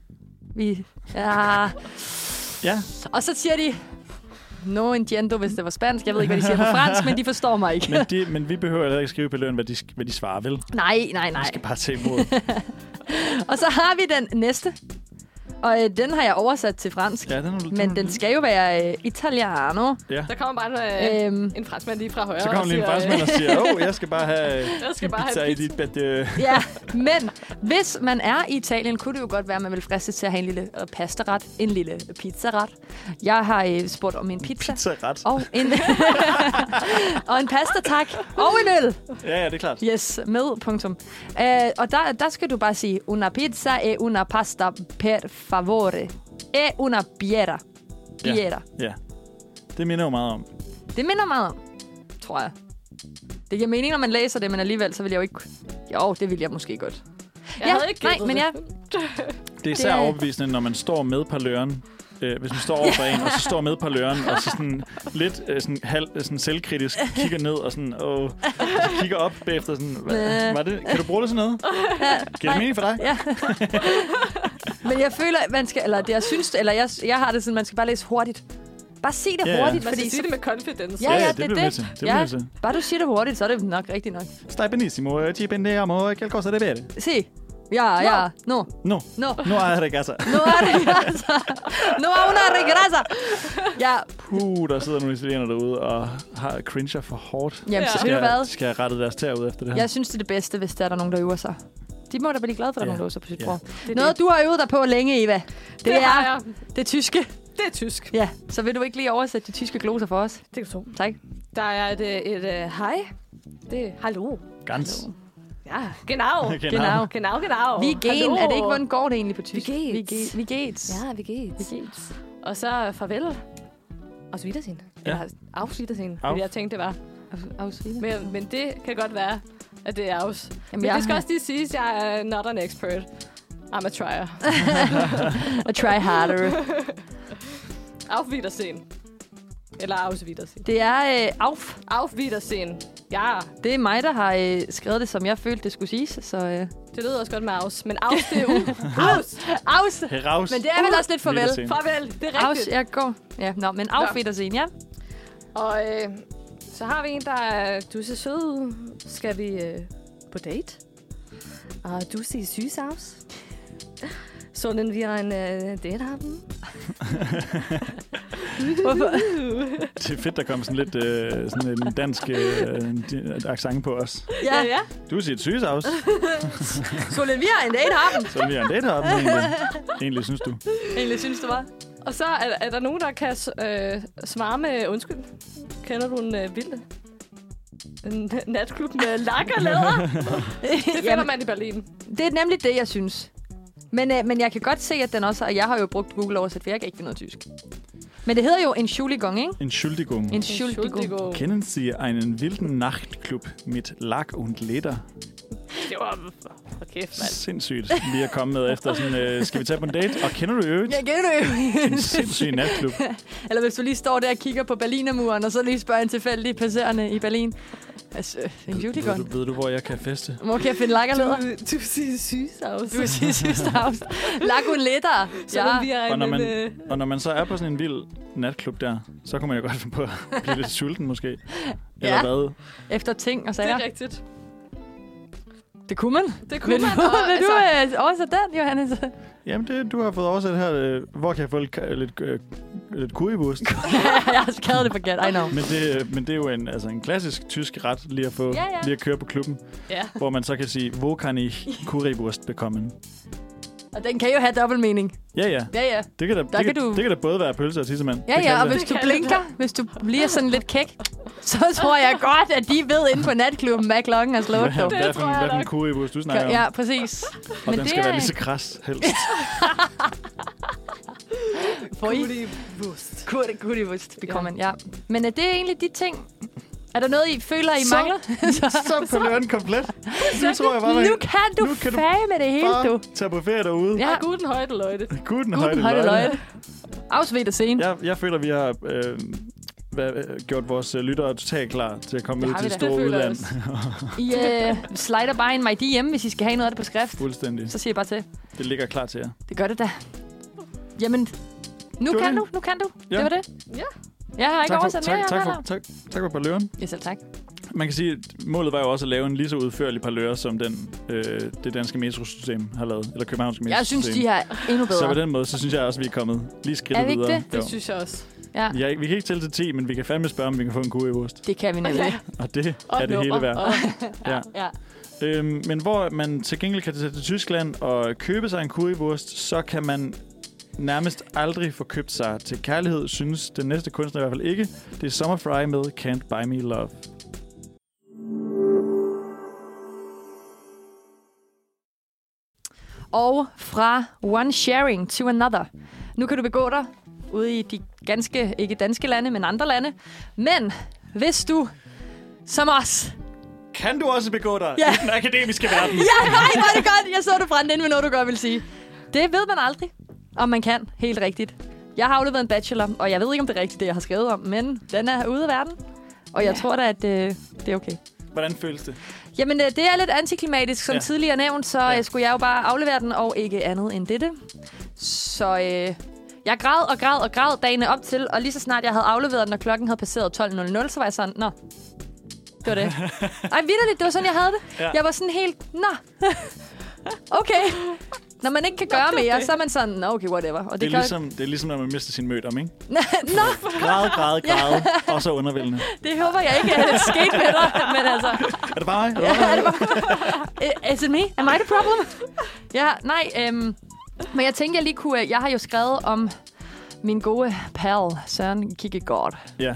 S4: Ja.
S2: ja,
S4: Og så siger de, no entiendo, hvis det var spansk. Jeg ved ikke, hvad de siger på fransk, men de forstår mig ikke.
S2: men vi behøver heller ikke skrive på løn, hvad de svarer, vel?
S4: Nej.
S2: Vi skal bare tage imod.
S4: Og så har vi den næste. Og den har jeg oversat til fransk.
S2: Ja,
S4: Men den skal jo være italiano.
S2: Ja.
S5: Der kommer bare
S4: Øhm.
S5: en franskmand lige fra højre.
S2: Så kommer lige en franskmand og siger, jeg skal bare have
S5: skal bare
S2: pizza
S5: have
S2: i dit bed.
S4: Ja, men hvis man er i Italien, kunne det jo godt være, at man vil fristes til at have en lille pastaret, en lille pizzaret. Jeg har spurgt om en pizza.
S2: Pizzaret.
S4: Og en, og en pasta, tak. Og en øl.
S2: Ja, det er klart.
S4: Yes, med punktum. Og der skal du bare sige, una pizza e una pasta per favore. E una biera. Biera.
S2: Ja. Det minder jo meget om.
S4: Det minder meget om, tror jeg. Det giver mening, når man læser det, men alligevel, så vil jeg jo ikke... Jo, det vil jeg måske godt.
S5: Jeg havde ikke
S4: nej,
S5: gættet
S4: men
S5: det.
S4: ja.
S2: Det er især
S4: Det-
S2: overbevisende, når man står med parløren. Hvis man står overfor en, og så står med parløren, og så sådan lidt sådan selvkritisk kigger ned, og sådan, og så kigger op bagefter. Sådan, var det? Kan du bruge det sådan noget? Giver det mening for dig?
S4: Ja. Men jeg føler, at man skal... Jeg har det sådan, man skal bare læse hurtigt. Bare sig det hurtigt.
S5: Man
S4: fordi
S5: skal sige det med confidence.
S4: Ja,
S2: det bliver det til.
S4: Bare du siger det hurtigt, så er det nok rigtigt nok.
S2: Stai benissimo, ci prendiamo qualcosa da bere.
S4: Si. Ja. No.
S2: No è regasa.
S4: No una regrasa. Ja.
S2: Der sidder nogle italienere derude og har cringer for hårdt.
S4: Jamen, så ved du hvad?
S2: Skal jeg rette deres tær ud efter det her?
S4: Jeg synes, det er det bedste, hvis der er nogen, der øver sig. De må da blive glade for, at der er nogen, der øver sig på sit sprog.
S5: Noget,
S4: du har øvet dig på længe, Eva. Det er det tyske.
S5: Det er tysk.
S4: Ja, så vil du ikke lige oversætte de tyske gloser for os?
S5: Det kan du tro.
S4: Tak.
S5: Der er et hej. Det er hallo.
S2: Ganz.
S5: Ja, genau.
S4: Vi gen. Er det ikke, hvordan går det egentlig på tysk?
S5: Vi geht's.
S4: Vi geht's.
S5: Ja, vi geht's. Og så farvel. Og så Wiedersehen.
S2: Ja.
S5: Auf Wiedersehen, fordi jeg tænkte, det var. Men det kan godt være, at det er aus. Men det skal også lige siges, at jeg er not an expert. I'm a trier.
S4: A try harder.
S5: Auf Wiedersehen. Eller Aus Wiedersehen.
S4: Det er
S5: Auf Wiedersehen. Ja.
S4: Det er mig, der har skrevet det, som jeg følte, det skulle siges. Så,
S5: Det lyder også godt med aus. Men aus, det er aus.
S2: Heraus.
S4: Men det er vel også lidt farvel.
S5: Farvel, det er rigtigt.
S4: Aus, jeg går. Ja, men Auf Wiedersehen, ja.
S5: Og så har vi en, der er... Du ser sød ud. Skal vi på date? Og du ser süß aus. Sollen wir en date haben?
S4: Hvorfor?
S2: Det er fedt, der kom sådan lidt sådan en dansk accent på os.
S5: Ja.
S2: Du siger et syges aus.
S4: Sollen wir en date haben?
S2: Sollen wir en date haben, egentlig synes du.
S4: Egentlig synes du var.
S5: Og så er der nogen, der kan svare med undskyld. Kender du en en natklub med lakkerlæder? Det finder man i Berlin.
S4: Det er nemlig det, jeg synes. Men jeg kan godt se, at den også... Og jeg har jo brugt Google oversæt, for jeg kan ikke finde noget tysk. Men det hedder jo Entschuldigung, ikke?
S2: Entschuldigung.
S4: Entschuldigung.
S2: Kennen Sie einen wilden Nachtclub mit Lack und Leder?
S5: Det var... kæft, mand.
S2: Sindssygt. Vi er kommet med efter sådan... skal vi tage på en date? Og kender du øvrigt?
S4: Ja, kender du
S2: En sindssyg natklub.
S4: Eller hvis du lige står der og kigger på Berlinermuren, og så lige spørger en tilfældig passerende i Berlin. Altså, Entschuldigung.
S2: Ved du, hvor jeg kan feste?
S4: Hvor kan jeg finde lakkerleder?
S5: Du siger süß aus.
S4: Du siger süß aus. Lack und Leder. Ja.
S2: Og når man så er på sådan en vild natklub der, så kunne man jo godt finde på at blive lidt sulten måske. Eller hvad?
S4: Efter ting og sager.
S5: Det er rigtigt.
S4: Det kunne man.
S5: Det kunne man.
S4: Vil du oversætte den, Johannes?
S2: Jamen, du har fået oversat her. Hvor kan jeg få lidt currywurst?
S4: Jeg har skrevet det forkert, I know.
S2: Men det er jo en klassisk tysk ret lige at få lige at køre på klubben.
S5: Ja.
S2: Hvor man så kan sige, hvor kan I currywurst bekommen?
S4: Og den kan jo have dobbeltmening.
S2: Ja. Det kan da både være pølse og tissemand.
S4: Ja, og hvis du blinker, hvis du bliver sådan lidt kæk, så tror jeg godt, at de ved inde på natklubben, hvad klokken er slået på.
S2: Hvad for en currywurst du snakker om?
S4: Ja, præcis.
S2: Og men den skal være lige så kras, helst.
S4: Currywurst. Ja. Men er det egentlig de ting? Er der noget, I føler, I mangler?
S2: Så på løn komplet. Nu tror jeg bare,
S4: nu kan du fame det hele, du.
S2: Tage på ferie derude.
S5: Ja, guten højde, Leute.
S2: Guten højde, Leute.
S4: Afsvedt at scene.
S2: Jeg føler, vi har gjort vores lyttere totalt klar til at komme ud til store udland.
S4: I slider bare ind mig DM, hvis I skal have noget af det på skrift.
S2: Fuldstændig.
S4: Så siger jeg bare til.
S2: Det ligger klar til jer.
S4: Det gør det da. Jamen, nu kan du. Ja. Det var det.
S5: Ja.
S4: Jeg har ikke oversat mere.
S2: Tak for parløren.
S4: Ja, selv tak.
S2: Man kan sige, at målet var jo også at lave en lige så udførlig parlør, som det danske metrosystem har lavet. Eller københavnske metrosystem.
S4: Jeg synes, de har endnu bedre.
S2: Så på den måde, så synes jeg også, vi er kommet lige skridtet videre.
S5: Er vi ikke det? Det synes jeg også.
S4: Ja.
S2: Vi kan ikke tælle til 10, men vi kan fandme spørge, om vi kan få en currywurst.
S4: Det kan vi nemlig.
S2: Og det er det hele værd.
S4: Ja.
S2: Men hvor man til gengæld kan tage til Tyskland og købe sig en currywurst, så kan man nærmest aldrig få købt sig til kærlighed, synes den næste kunstner i hvert fald ikke. Det er Summer Fry med Can't Buy Me Love.
S4: Og fra one sharing to another. Nu kan du begå dig ude i de ikke danske lande, men andre lande. Men hvis du, som os...
S2: Kan du også begå dig i den akademiske verden?
S4: Ja, nej, var det godt. Jeg så det brænde ind med noget, du godt vil sige. Det ved man aldrig, om man kan. Helt rigtigt. Jeg har afleveret en bachelor, og jeg ved ikke, om det er rigtigt, det jeg har skrevet om, men den er ude af verden. Og jeg tror da, at det er okay.
S2: Hvordan føles det?
S4: Jamen, det er lidt antiklimatisk, som tidligere nævnt, så skulle jeg jo bare aflevere den, og ikke andet end dette. Så jeg græd dagene op til, og lige så snart jeg havde afleveret den, og klokken havde passeret 12.00, så var jeg sådan, nå, det var det. Ej, vitterligt, det var sådan, jeg havde det. Ja. Jeg var sådan helt, nå, okay. Når man ikke kan gøre mere, så er man sådan, okay, whatever. Og
S2: det er ligesom, når man mister sin mødom, ikke?
S4: Nå.
S2: Græde, og så undervældende.
S4: Det håber jeg ikke, at det skete med dig, men altså...
S2: Er det bare mig?
S4: Er det bare... Is it me? Am I the problem? Ja, nej, men jeg tænkte, jeg lige kunne... Jeg har jo skrevet om min gode pal, Søren Kierkegaard.
S2: Ja.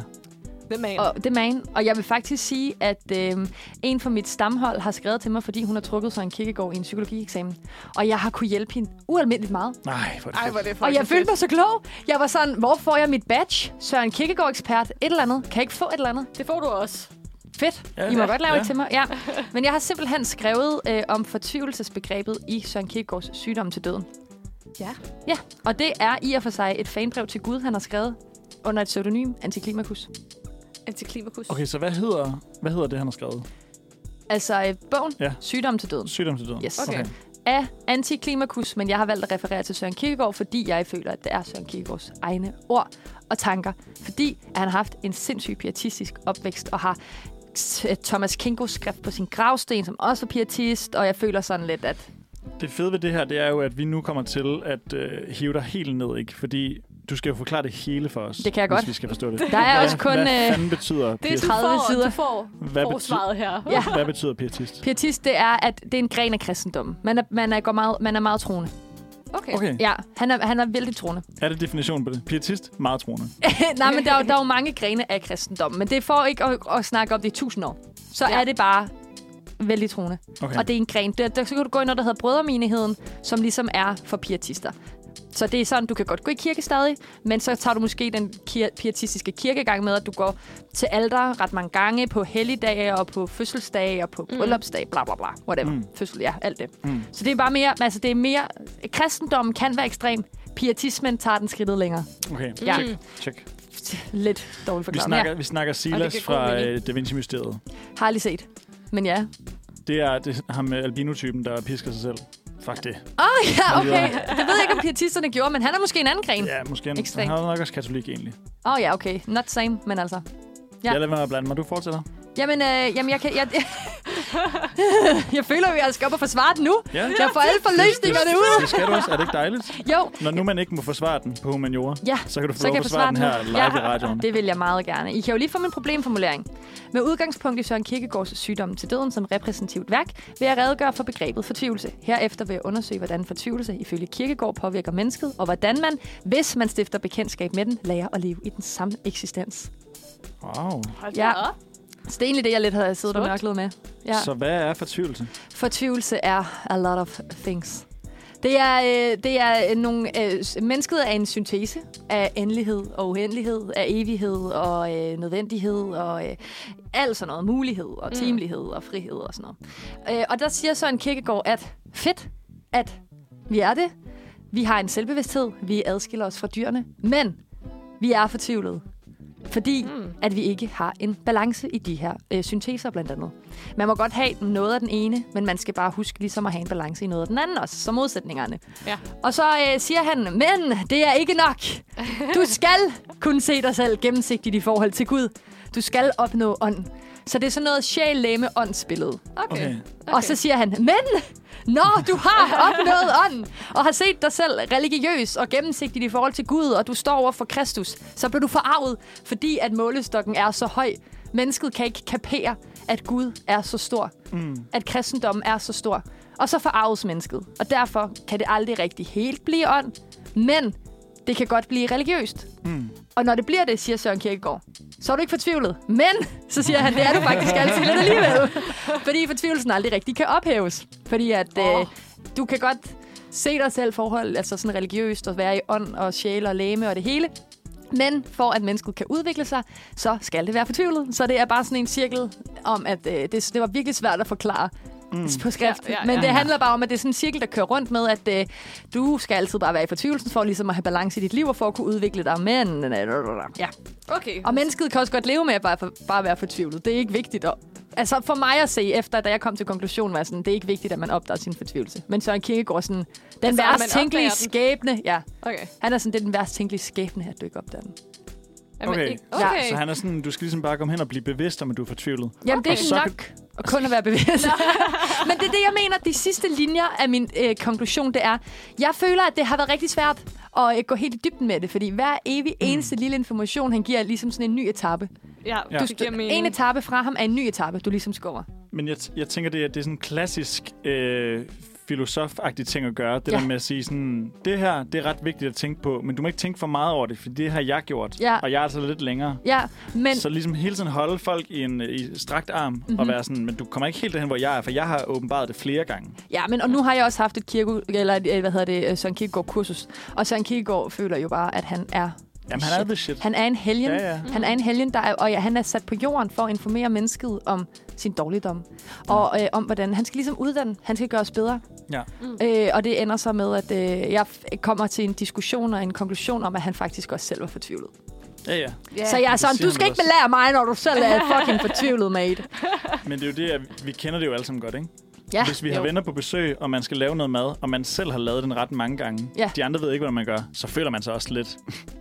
S5: The man.
S4: Og jeg vil faktisk sige, at en fra mit stamhold har skrevet til mig, fordi hun har trukket sig en Kierkegaard i en psykologieksamen. Og jeg har kunne hjælpe hende ualmindeligt meget.
S2: Nej, hvor er det
S4: og jeg følte mig så klog. Jeg var sådan, hvor får jeg mit badge? Søren Kierkegaard-ekspert. Et eller andet. Kan jeg ikke få et eller andet?
S5: Det får du også.
S4: Fedt. I må godt lave det til mig. Ja. Men jeg har simpelthen skrevet om fortvivlelsesbegrebet i Søren Kierkegaards Sygdom til døden. Ja, og det er i og for sig et fanbrev til Gud, han har skrevet under et pseudonym, Antiklimakus.
S2: Okay, så hvad hedder det, han har skrevet?
S4: Altså bogen, Sygdom til døden.
S2: Sygdom til døden.
S4: Yes. Okay. Af Antiklimakus, men jeg har valgt at referere til Søren Kierkegaard, fordi jeg føler, at det er Søren Kierkegaards egne ord og tanker. Fordi han har haft en sindssygt pietistisk opvækst og har Thomas Kinkos skrift på sin gravsten, som også er pietist, og jeg føler sådan lidt, at...
S2: Det fede ved det her, det er jo, at vi nu kommer til at hive dig helt ned, ikke? Fordi du skal jo forklare det hele for os.
S4: Det kan jeg godt.
S2: Hvis vi skal forstå det.
S4: Der er også kun...
S2: Hvad fanden betyder
S5: det er 30 sider. Du får forsvaret her.
S2: Ja. Hvad betyder pietist?
S4: Pietist, det er, at det er en gren af kristendommen. Man er meget troende.
S5: Okay.
S4: Ja, han er vældig troende.
S2: Er det definitionen på det? Pietist, meget troende.
S4: Nej, men der er jo mange grene af kristendommen. Men det får ikke at snakke om det i 1000 år. Så er det bare vældig troende. Okay. Og det er en gren. Der kan du gå i noget, der hedder brødremenigheden, som ligesom er for pietister. Så det er sådan, du kan godt gå i kirke stadig, men så tager du måske den pietistiske kirkegang med, at du går til alter ret mange gange på helligdage og på fødselsdage og på bryllupsdage, bla bla bla, whatever. Fødsel, ja, alt det. Så det er bare mere, altså det er mere, kristendommen kan være ekstrem, pietismen tager den skridtet længere.
S2: Okay, check.
S4: Lidt dårligt forklaret.
S2: Vi snakker Silas fra Da Vinci-mysteriet.
S4: Har aldrig set, men ja.
S2: Det er ham med albinotypen, der pisker sig selv. Fuck det.
S4: Ja, okay. Det ved jeg ikke, om pietisterne gjorde, men han er måske en anden gren.
S2: Ja, måske han er nok også katolik, egentlig.
S4: Ja, okay. Not same, men altså.
S2: Ja. Jeg lader mig blande mig. Du fortsætter.
S4: Jamen, jeg føler, at jeg skal op og forsvare den nu. Ja. Jeg får alle forløsningerne ud.
S2: Det skal du også. Er det ikke dejligt?
S4: Jo.
S2: Når nu man ikke må forsvare den på humaniora, så kan du få lov at forsvare den her live i radioen.
S4: Det vil jeg meget gerne. I kan jo lige få min problemformulering. Med udgangspunkt i Søren Kierkegaards Sygdom til døden som repræsentativt værk, vil jeg redegøre for begrebet fortvivlelse. Herefter vil jeg undersøge, hvordan fortvivlelse ifølge Kierkegaard påvirker mennesket, og hvordan man, hvis man stifter bekendtskab med den, lærer at leve i den samme eksistens.
S2: Wow.
S4: Ja. Så det er egentlig det, jeg lidt havde siddet og mørklet med. Ja.
S2: Så hvad er fortvivlelse?
S4: Fortvivlelse er a lot of things. Det er nogle... mennesket er en syntese af endelighed og uendelighed, af evighed og nødvendighed og alt sådan noget. Mulighed og timelighed og frihed og sådan noget. Og der siger Søren Kierkegaard, at fedt, at vi er det. Vi har en selvbevidsthed. Vi adskiller os fra dyrene. Men vi er fortvivlede. Fordi at vi ikke har en balance i de her synteser blandt andet. Man må godt have noget af den ene, men man skal bare huske ligesom at have en balance i noget af den anden også, som modsætningerne. Ja. Og så siger han, men det er ikke nok. Du skal kunne se dig selv gennemsigtigt i forhold til Gud. Du skal opnå ånd. Så det er sådan noget sjæl-læme-åndsbillede.
S5: Okay.
S4: Og så siger han, men når du har opnået ånd, og har set dig selv religiøs og gennemsigtigt i forhold til Gud, og du står over for Kristus, så bliver du forarvet, fordi at målestokken er så høj. Mennesket kan ikke kapere, at Gud er så stor. At kristendommen er så stor. Og så forarves mennesket. Og derfor kan det aldrig rigtig helt blive ånd, men det kan godt blive religiøst. Og når det bliver det, siger Søren Kierkegaard, så er du ikke fortvivlet. Men, så siger han, det er du faktisk altid lidt alligevel. Fordi fortvivlelsen aldrig rigtig kan ophæves. Fordi at du kan godt se dig selv forhold, altså sådan religiøst, og være i ånd og sjæl og læme og det hele. Men for at mennesket kan udvikle sig, så skal det være fortvivlet. Så det er bare sådan en cirkel om, at det var virkelig svært at forklare på skrift. Men det handler bare om, at det er sådan en cirkel, der kører rundt med, at du skal altid bare være i fortvivlelsen for ligesom at have balance i dit liv og for at kunne udvikle dig. Men ja.
S5: Okay.
S4: Og mennesket kan også godt leve med at bare være fortvivlet. Det er ikke vigtigt Altså for mig at se, efter da jeg kom til konklusionen, var sådan, det er ikke vigtigt, at man opdager sin fortvivlelse. Men Søren Kierkegaard sådan, den værst tænkelige skæbne. Ja. Okay. Han er sådan, det er den værst tænkelige skæbne, at du ikke opdager den.
S2: Okay. Ja. Så han er sådan, du skal ligesom bare komme hen og blive bevidst om, at du er fortvivlet.
S4: Jamen, det er ikke nok at kun at være bevidst. Men det er det, jeg mener, de sidste linjer af min konklusion, det er, jeg føler, at det har været rigtig svært at gå helt i dybden med det, fordi hver evig eneste lille information, han giver, er ligesom sådan en ny etape.
S5: Ja,
S4: en etape fra ham er en ny etape, du ligesom skal over.
S2: Men jeg tænker, det er sådan en klassisk filosofagtig ting at gøre. Det der med at sige sådan, det her, det er ret vigtigt at tænke på, men du må ikke tænke for meget over det, for det har jeg gjort, og jeg er altså lidt længere.
S4: Ja, men...
S2: Så ligesom hele tiden holde folk i strakt arm og være sådan, men du kommer ikke helt derhen, hvor jeg er, for jeg har åbenbart det flere gange.
S4: Ja, men og nu har jeg også haft et Søren Kierkegaard-kursus, og Søren Kierkegaard føler jo bare, at han er...
S2: Jamen, han er the shit.
S4: Han er en helgen. Ja. Han er en helgen, han er sat på jorden for at informere mennesket om sin dårligdom. Og om, hvordan han skal ligesom uddanne. Han skal gøre os bedre. Ja. Og det ender så med, at jeg kommer til en diskussion og en konklusion om, at han faktisk også selv var fortvivlet.
S2: Ja.
S4: Så jeg er sådan, du skal ikke belære mig, når du selv er fucking fortvivlet, mate.
S2: Men det er jo det, at vi kender det jo alle sammen godt, ikke?
S4: Ja.
S2: Hvis vi har venner på besøg, og man skal lave noget mad, og man selv har lavet den ret mange gange, de andre ved ikke, hvad man gør, så føler man sig også lidt...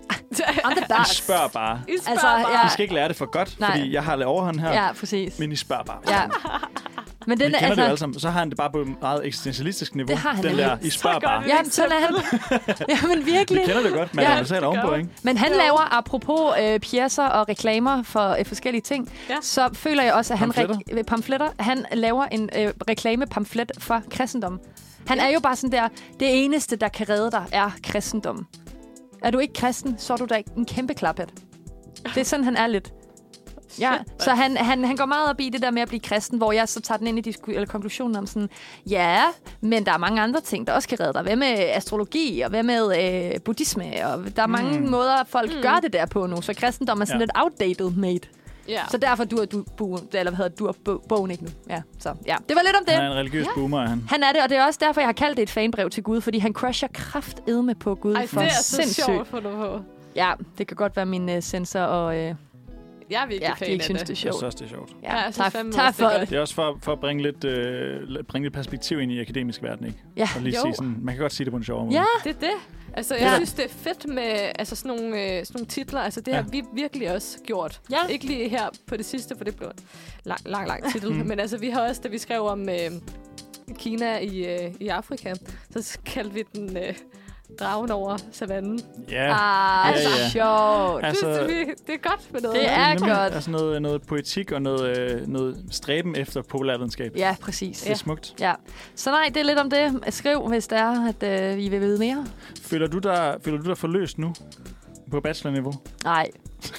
S2: I spørger bare. I skal ikke lære det for godt, fordi jeg har overhånd her.
S4: Ja, præcis.
S2: Men I spørger bare.
S4: Ja. Men den,
S2: vi kender det jo alle sammen. Så har han det bare på et meget eksistentialistisk niveau.
S4: Det har han.
S2: Den der, I spørger bare.
S4: Jamen, sådan er han. Jamen, virkelig.
S2: Vi kender det godt, men han er sat ovenpå, ikke?
S4: Men han laver, apropos pjecer og reklamer for forskellige ting, så føler jeg også, at pamfletter. Han laver en reklamepamflet for kristendom. Han er jo bare sådan der, det eneste, der kan redde dig, er kristendom. Er du ikke kristen, så er du da ikke en kæmpe klaphat. Det er sådan, han er lidt. Ja, så han går meget op i det der med at blive kristen, hvor jeg så tager den ind i konklusionen om sådan, ja, men der er mange andre ting, der også kan redde dig. Hvad med astrologi, og hvad med buddhisme, og der er mange måder, folk gør det der på nu, så kristendom er sådan lidt outdated, mate. Yeah. Så derfor du bogen ikke nu. Ja, så ja, det var lidt om det.
S2: Han er en religiøs boomer, er han.
S4: Han er det, og det er også derfor, jeg har kaldt det et fanbrev til Gud, fordi han crusher kraftedme på Gud.
S5: Ej, det er så sjovt for dig på.
S4: Ja, det kan godt være min sensor og...
S5: jeg er virkelig fan af
S4: synes, det er sjovt.
S2: Jeg synes også, det er sjovt.
S4: Ja, tak for det.
S2: Det er også for at bringe lidt perspektiv ind i akademisk verden, ikke?
S4: Ja.
S2: Og lige sige sådan, man kan godt sige det på en sjov måde.
S4: Ja,
S5: det er det. Altså, jeg synes, det er fedt med sådan nogle titler. Altså, det har vi virkelig også gjort. Ja. Ikke lige her på det sidste, for det blev en lang titel. Men altså, vi har også, da vi skrev om Kina i Afrika, så kaldte vi den... dragen over savannen.
S2: Ja.
S4: Sjovt.
S5: Altså, det er godt med noget.
S4: Det er godt.
S2: Altså noget poetik og noget stræben efter populærvidenskab.
S4: Ja, præcis.
S2: Det er smukt.
S4: Ja. Så nej, det er lidt om det. Skriv, hvis det er, at I vil vide mere.
S2: Føler du dig forløst nu? På bachelorniveau?
S4: Nej.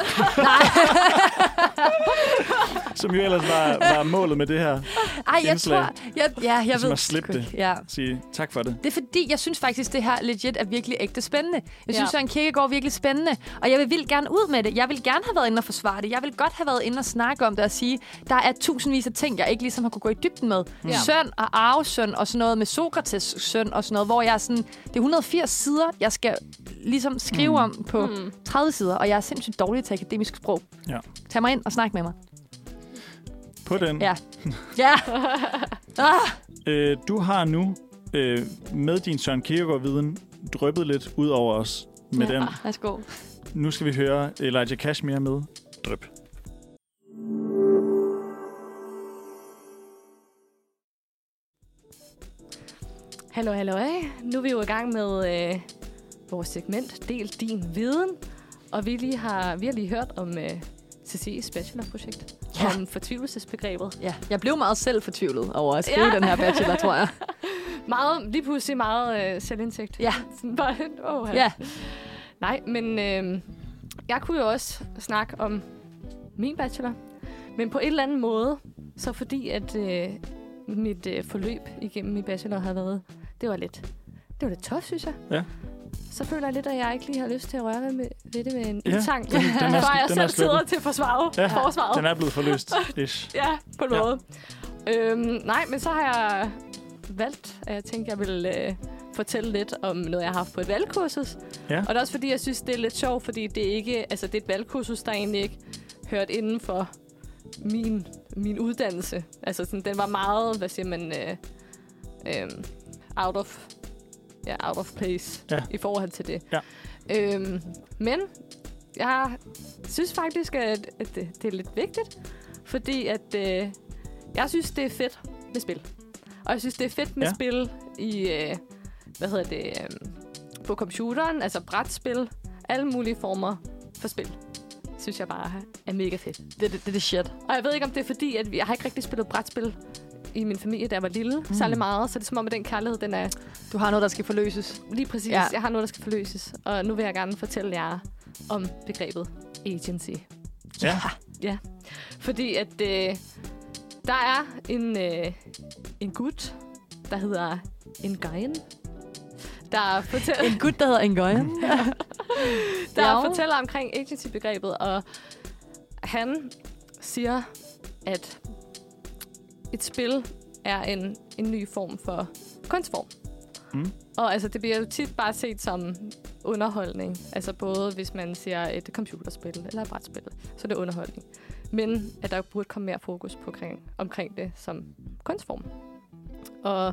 S2: Som jo ellers var målet med det her.
S4: Ej, jeg tror... Jeg ved
S2: at slippe det.
S4: Ja.
S2: Sige tak for det.
S4: Det er fordi, jeg synes faktisk, det her legit er virkelig ægte spændende. Jeg synes, Søren Kierkegaard er virkelig spændende. Og jeg vil vildt gerne ud med det. Jeg vil gerne have været inde og forsvare det. Jeg vil godt have været inde og snakke om det og sige, der er tusindvis af ting, jeg ikke ligesom har kunne gå i dybden med. Søn og arvesøn og sådan noget med Sokrates søn og sådan noget, hvor jeg er sådan... Det er 180 sider, jeg skal ligesom skrive om på 30 sider. Og jeg er sindssygt dårlig til akademisk sprog. Ja. Tag mig ind og snak med mig.
S2: På den.
S4: Ja.
S2: Du har nu med din Søren Kierkegaard-viden dryppet lidt ud over os med den.
S4: Værsgo.
S2: Nu skal vi høre Elijah Cashmere med Dryp.
S5: Hallo. Nu er vi jo i gang med vores segment Del din viden. Og vi har lige hørt om CC's bachelorprojekt. Om fortvivlelsesbegrebet.
S4: Ja, jeg blev meget selv fortvivlet over at skrive den her bachelor, tror jeg.
S5: Lige pludselig meget selvindsigt.
S4: Ja.
S5: Ja. Nej, men jeg kunne jo også snakke om min bachelor. Men på en eller anden måde, så fordi at mit forløb igennem min bachelor har været, det var lidt tough, synes jeg. Ja. Så føler jeg lidt, at jeg ikke lige har lyst til at røre ved det med en indtang. For jeg selv sidder til forsvaret.
S2: Den er blevet forløst.
S5: Ja, på en måde. Nej, men så har jeg valgt, at jeg tænkte, at jeg ville fortælle lidt om noget, jeg har haft på et valgkursus. Ja. Og det er også fordi, jeg synes, det er lidt sjovt, fordi det er ikke, altså det er et valgkursus, der egentlig ikke hørt inden for min uddannelse. Altså, sådan, den var meget, hvad siger man, out of place i forhold til det.
S2: Ja.
S5: Men jeg synes faktisk, at det er lidt vigtigt, fordi at jeg synes, det er fedt med spil. Og jeg synes, det er fedt med spil i, på computeren, altså brætspil, alle mulige former for spil. Synes jeg bare er mega fedt.
S4: Det er shit.
S5: Og jeg ved ikke, om det er fordi, at jeg har ikke rigtig spillet brætspil i min familie, da jeg var lille, særlig meget. Så det er som om, at den kærlighed, den er...
S4: Du har noget, der skal forløses.
S5: Lige præcis. Ja. Jeg har noget, der skal forløses. Og nu vil jeg gerne fortælle jer om begrebet agency. Ja. Fordi at der er en gut, der hedder Nguyen, der fortæller...
S4: En gut, der hedder Nguyen?
S5: der fortæller omkring agency-begrebet, og han siger, at et spil er en ny form for kunstform. Og altså, det bliver jo tit bare set som underholdning. Altså både hvis man siger et computerspil eller et brætspil, så er det underholdning. Men at der burde komme mere fokus på omkring det som kunstform. Og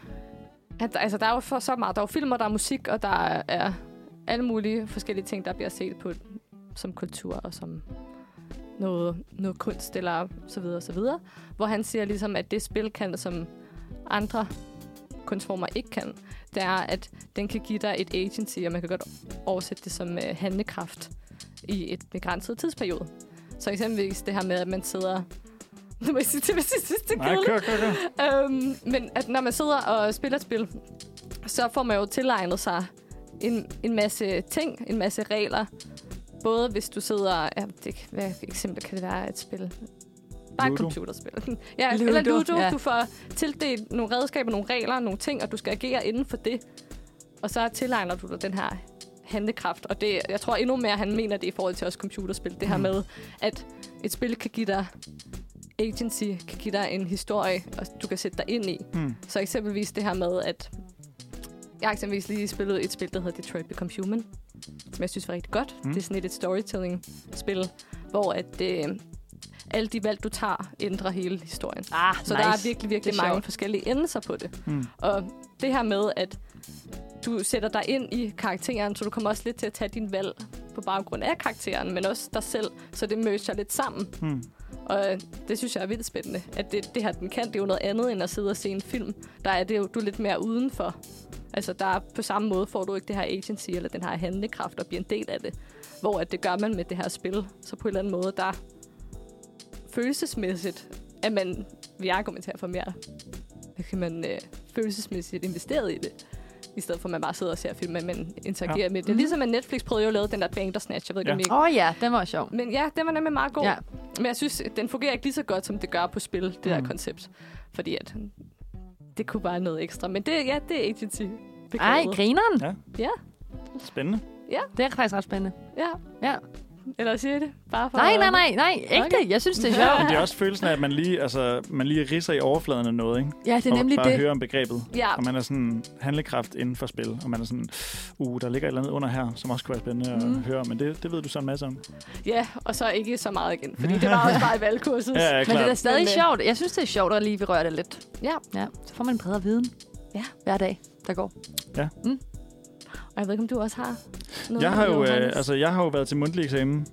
S5: at, altså, der er jo for så meget. Der er jo filmer, der er musik, og der er alle mulige forskellige ting, der bliver set på som kultur og som noget kunst eller så videre, så videre. Hvor han siger ligesom, at det spil kan, som andre kunstformer ikke kan, det er, at den kan give dig et agency, og man kan godt oversætte det som handlekraft i et begrænset tidsperiode. Så eksempelvis det her med, at man sidder... Nu må jeg sige til sidste
S2: kør.
S5: Men at når man sidder og spiller et spil, så får man jo tilegnet sig en masse ting, en masse regler. Både hvis du sidder... hvad eksempel kan det være et spil? Bare et computerspil. Ja, Ludo. Eller Ludo. Ja. Du får tildelt nogle redskaber, nogle regler, nogle ting, og du skal agere inden for det. Og så tilegner du dig den her handlekraft. Og det, jeg tror endnu mere, han mener det i forhold til også computerspil. Det her med, at et spil kan give dig agency, kan give dig en historie, og du kan sætte dig ind i. Så eksempelvis det her med, at jeg har eksempelvis lige spillet et spil, der hedder Detroit Become Human, som jeg synes var rigtig godt. Det er sådan et storytelling-spil, hvor at alle de valg, du tager, ændrer hele historien. Så nice. Der er virkelig, virkelig mange forskellige endelser på det. Og det her med, at du sætter dig ind i karakteren, så du kommer også lidt til at tage din valg på baggrund af karakteren, men også dig selv, så det merger lidt sammen. Og det synes jeg er vildt spændende. At det her, den kan, det er jo noget andet, end at sidde og se en film. Der er det jo, du er lidt mere udenfor. Altså, der er på samme måde får du ikke det her agency, eller den her handlekraft, og bliver en del af det. Hvor at det gør man med det her spil. Så på en eller anden måde, der følelsesmæssigt, at man vil argumentere for mere, kan man følelsesmæssigt investeret i det. I stedet for, at man bare sidder og ser film, men man interagerer med det. Ligesom at Netflix prøvede jo at lave den der Bandersnatch. Jeg ved ikke, om
S4: ja, den var sjov.
S5: Men ja, den var nemlig meget god. Ja. Men jeg synes, den fungerer ikke lige så godt, som det gør på spil, det der koncept. Fordi at det kunne bare noget ekstra. Men det er agency.
S4: Ej, grineren.
S5: Ja.
S2: Spændende.
S5: Ja.
S4: Det er faktisk ret spændende.
S5: Ja. Eller siger det? Bare for
S4: Nej. Ikke det. Jeg synes, det er sjovt.
S2: Det er også følelsen af, at man lige ridser i overfladen af noget, ikke?
S4: Ja, det er nemlig
S2: og
S4: det.
S2: bare hører om begrebet.
S5: Ja.
S2: Og man er sådan handlekraft inden for spil. Og man er sådan, der ligger et eller andet under her, som også kunne være spændende at høre om. Men det ved du så en masse om.
S5: Ja, og så ikke så meget igen. Fordi det var også bare i valgkurset.
S2: Ja,
S4: men det er da stadig sjovt. Jeg synes, det er sjovt at lige berøre det lidt. Ja. Så får man en bredere viden. Ja. Hver dag, der går.
S2: Ja.
S5: Og jeg ved ikke, om du også har noget.
S2: Jeg har jo været til mundtlig eksamen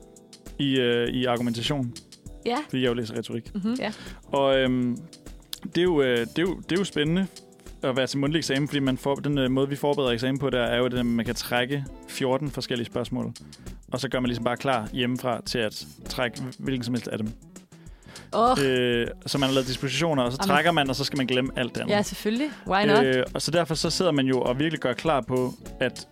S2: i argumentation.
S5: Ja.
S2: Fordi jeg jo læser retorik.
S5: Ja.
S2: Og det er jo spændende at være til mundtlig eksamen, fordi den måde, vi forbereder eksamen på, der er jo, at man kan trække 14 forskellige spørgsmål. Og så gør man ligesom bare klar hjemmefra til at trække hvilken som helst af dem. Så man har lavet dispositioner, og så trækker man, og så skal man glemme alt det andet.
S4: Ja, selvfølgelig. Why not?
S2: Og så derfor så sidder man jo og virkelig gør klar på, at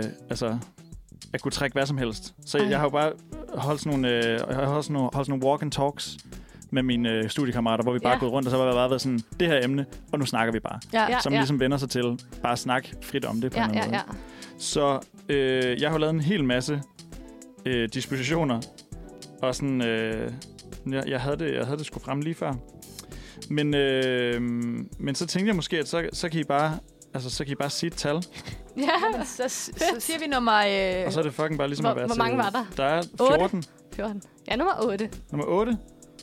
S2: at kunne trække hvad som helst. Så jeg har jo bare holdt sådan nogle walk and talks med mine studiekammerater, hvor vi bare er gået rundt, og så har vi bare været sådan, det her emne, og nu snakker vi bare. Som ligesom vender sig til bare at snakke frit om det på en eller anden måde. Så jeg har lavet en hel masse dispositioner, og sådan, jeg havde det sgu frem lige før. Men så tænkte jeg måske, at så kan I bare sige et tal.
S4: Ja, så siger vi nummer...
S2: Og så er det fucking bare ligesom at være
S5: hvor mange var der?
S2: Der er 14.
S5: 14. Ja, nummer 8.
S2: Nummer 8?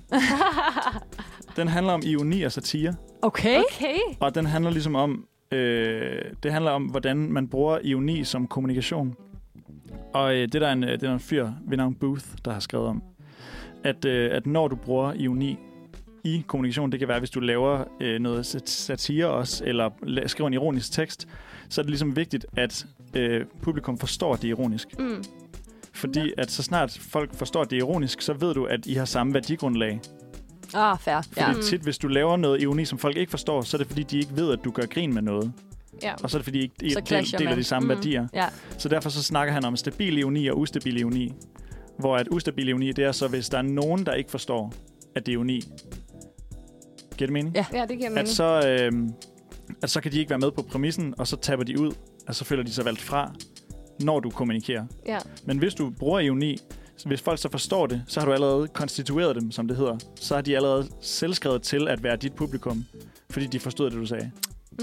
S2: Den handler om ironi og satire.
S4: Okay.
S2: Og den handler ligesom om, det handler om, hvordan man bruger ironi som kommunikation. Og det er en fyr ved navn Booth, der har skrevet om, at når du bruger ironi i kommunikation, det kan være, hvis du laver noget satire også, eller skriver en ironisk tekst, så er det ligesom vigtigt, at publikum forstår, at det er ironisk. Fordi at så snart folk forstår, at det er ironisk, så ved du, at I har samme værdigrundlag.
S4: Fair.
S2: Fordi tit, hvis du laver noget ironi, som folk ikke forstår, så er det fordi, de ikke ved, at du gør grin med noget.
S5: Ja.
S2: Og så er det fordi, I ikke
S4: Så
S2: deler de samme værdier.
S4: Ja.
S2: Så derfor så snakker han om stabil ironi og ustabil ironi. Hvor at ustabil ironi, det er så, hvis der er nogen, der ikke forstår, at det er ironi. Giver det mening?
S4: Ja,
S5: det giver mening.
S2: At så kan de ikke være med på præmissen, og så taber de ud, og så føler de sig valgt fra, når du kommunikerer.
S5: Ja.
S2: Men hvis du bruger ironi, hvis folk så forstår det, så har du allerede konstitueret dem, som det hedder. Så har de allerede selvskrevet til at være dit publikum, fordi de forstod det, du sagde.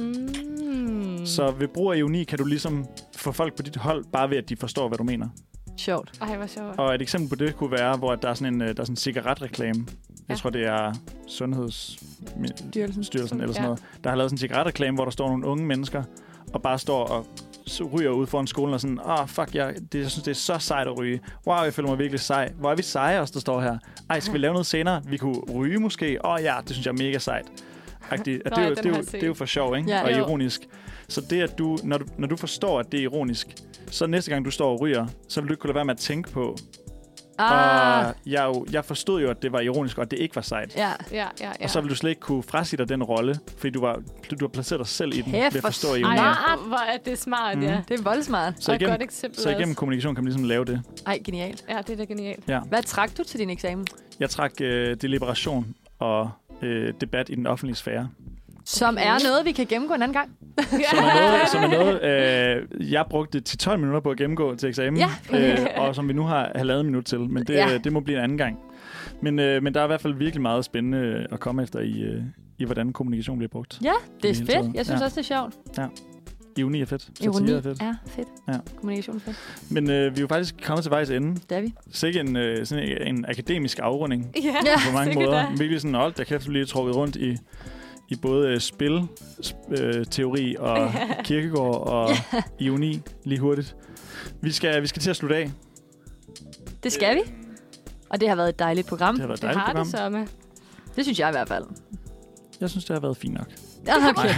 S2: Så ved brug af ironi kan du ligesom få folk på dit hold, bare ved at de forstår, hvad du mener.
S4: Sjovt.
S5: Ej, hvor sjovt.
S2: Og et eksempel på det kunne være, hvor der er sådan en cigaretreklame. Jeg tror, det er Sundhedsstyrelsen eller sådan noget. Der har lavet sådan en cigaretreklame, hvor der står nogle unge mennesker, og bare står og ryger ud foran skolen og sådan, jeg synes, det er så sejt at ryge. Wow, jeg føler mig virkelig sej. Hvor er vi seje også, der står her? Ej, skal vi lave noget senere? Vi kunne ryge måske? Det synes jeg er mega sejt. Det er jo for sjov, ikke?
S4: Ja,
S2: og ironisk. Så det, at du, når du forstår, at det er ironisk, så næste gang, du står og ryger, så vil du ikke kunne lade være med at tænke på, og jeg forstod jo, at det var ironisk, og at det ikke var sejt.
S5: Ja.
S2: Og så vil du slet ikke kunne frasige dig den rolle, fordi du har placeret dig selv i den ved at forstå ironi.
S5: Hvor er det smart, ja.
S4: Det er voldsmart.
S2: Så igennem kommunikation kan man ligesom lave det.
S4: Ej, genialt.
S5: Ja, det er da genialt.
S2: Ja.
S4: Hvad trak du til din eksamen?
S2: Jeg trak deliberation og debat i den offentlige sfære.
S4: Som er noget, vi kan gennemgå en anden gang.
S2: Som er noget jeg brugte 10-12 minutter på at gennemgå til eksamen, og som vi nu har 1,5 minut til, men det må blive en anden gang. Men der er i hvert fald virkelig meget spændende at komme efter i hvordan kommunikation bliver brugt.
S4: Ja, det er fedt. Jeg synes også, det er sjovt.
S2: Ja. Ironi er fedt.
S4: Ironi
S2: er fedt.
S4: Ja, fedt. Ja. Kommunikation er fedt.
S2: Men vi er jo faktisk kommet til vejs ende.
S4: Det er vi.
S2: Sikke sådan en akademisk afrunding
S5: på
S2: mange måder. Virkelig sådan, der kan blive trukket rundt i både teori og Kierkegaard og ironi lige hurtigt. Vi skal til at slutte af.
S4: Det skal vi. Og det har været et dejligt program.
S2: Det har været et dejligt program.
S5: Det har det
S4: Det synes jeg i hvert fald.
S2: Jeg synes, det har været fint nok.
S4: Okay.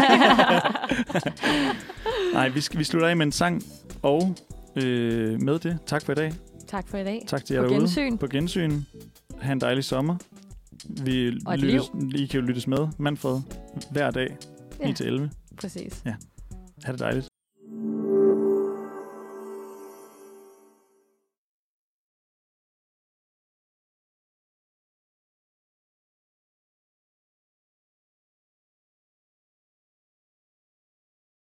S2: Nej, vi slutter af med en sang, og med det, tak for i dag.
S5: Tak for i dag.
S2: Tak til jer derude. På gensyn. Ha' en dejlig sommer. I kan jo lyttes med Manfred hver dag 9-11.
S5: Præcis.
S2: Ja. Ha' det dejligt.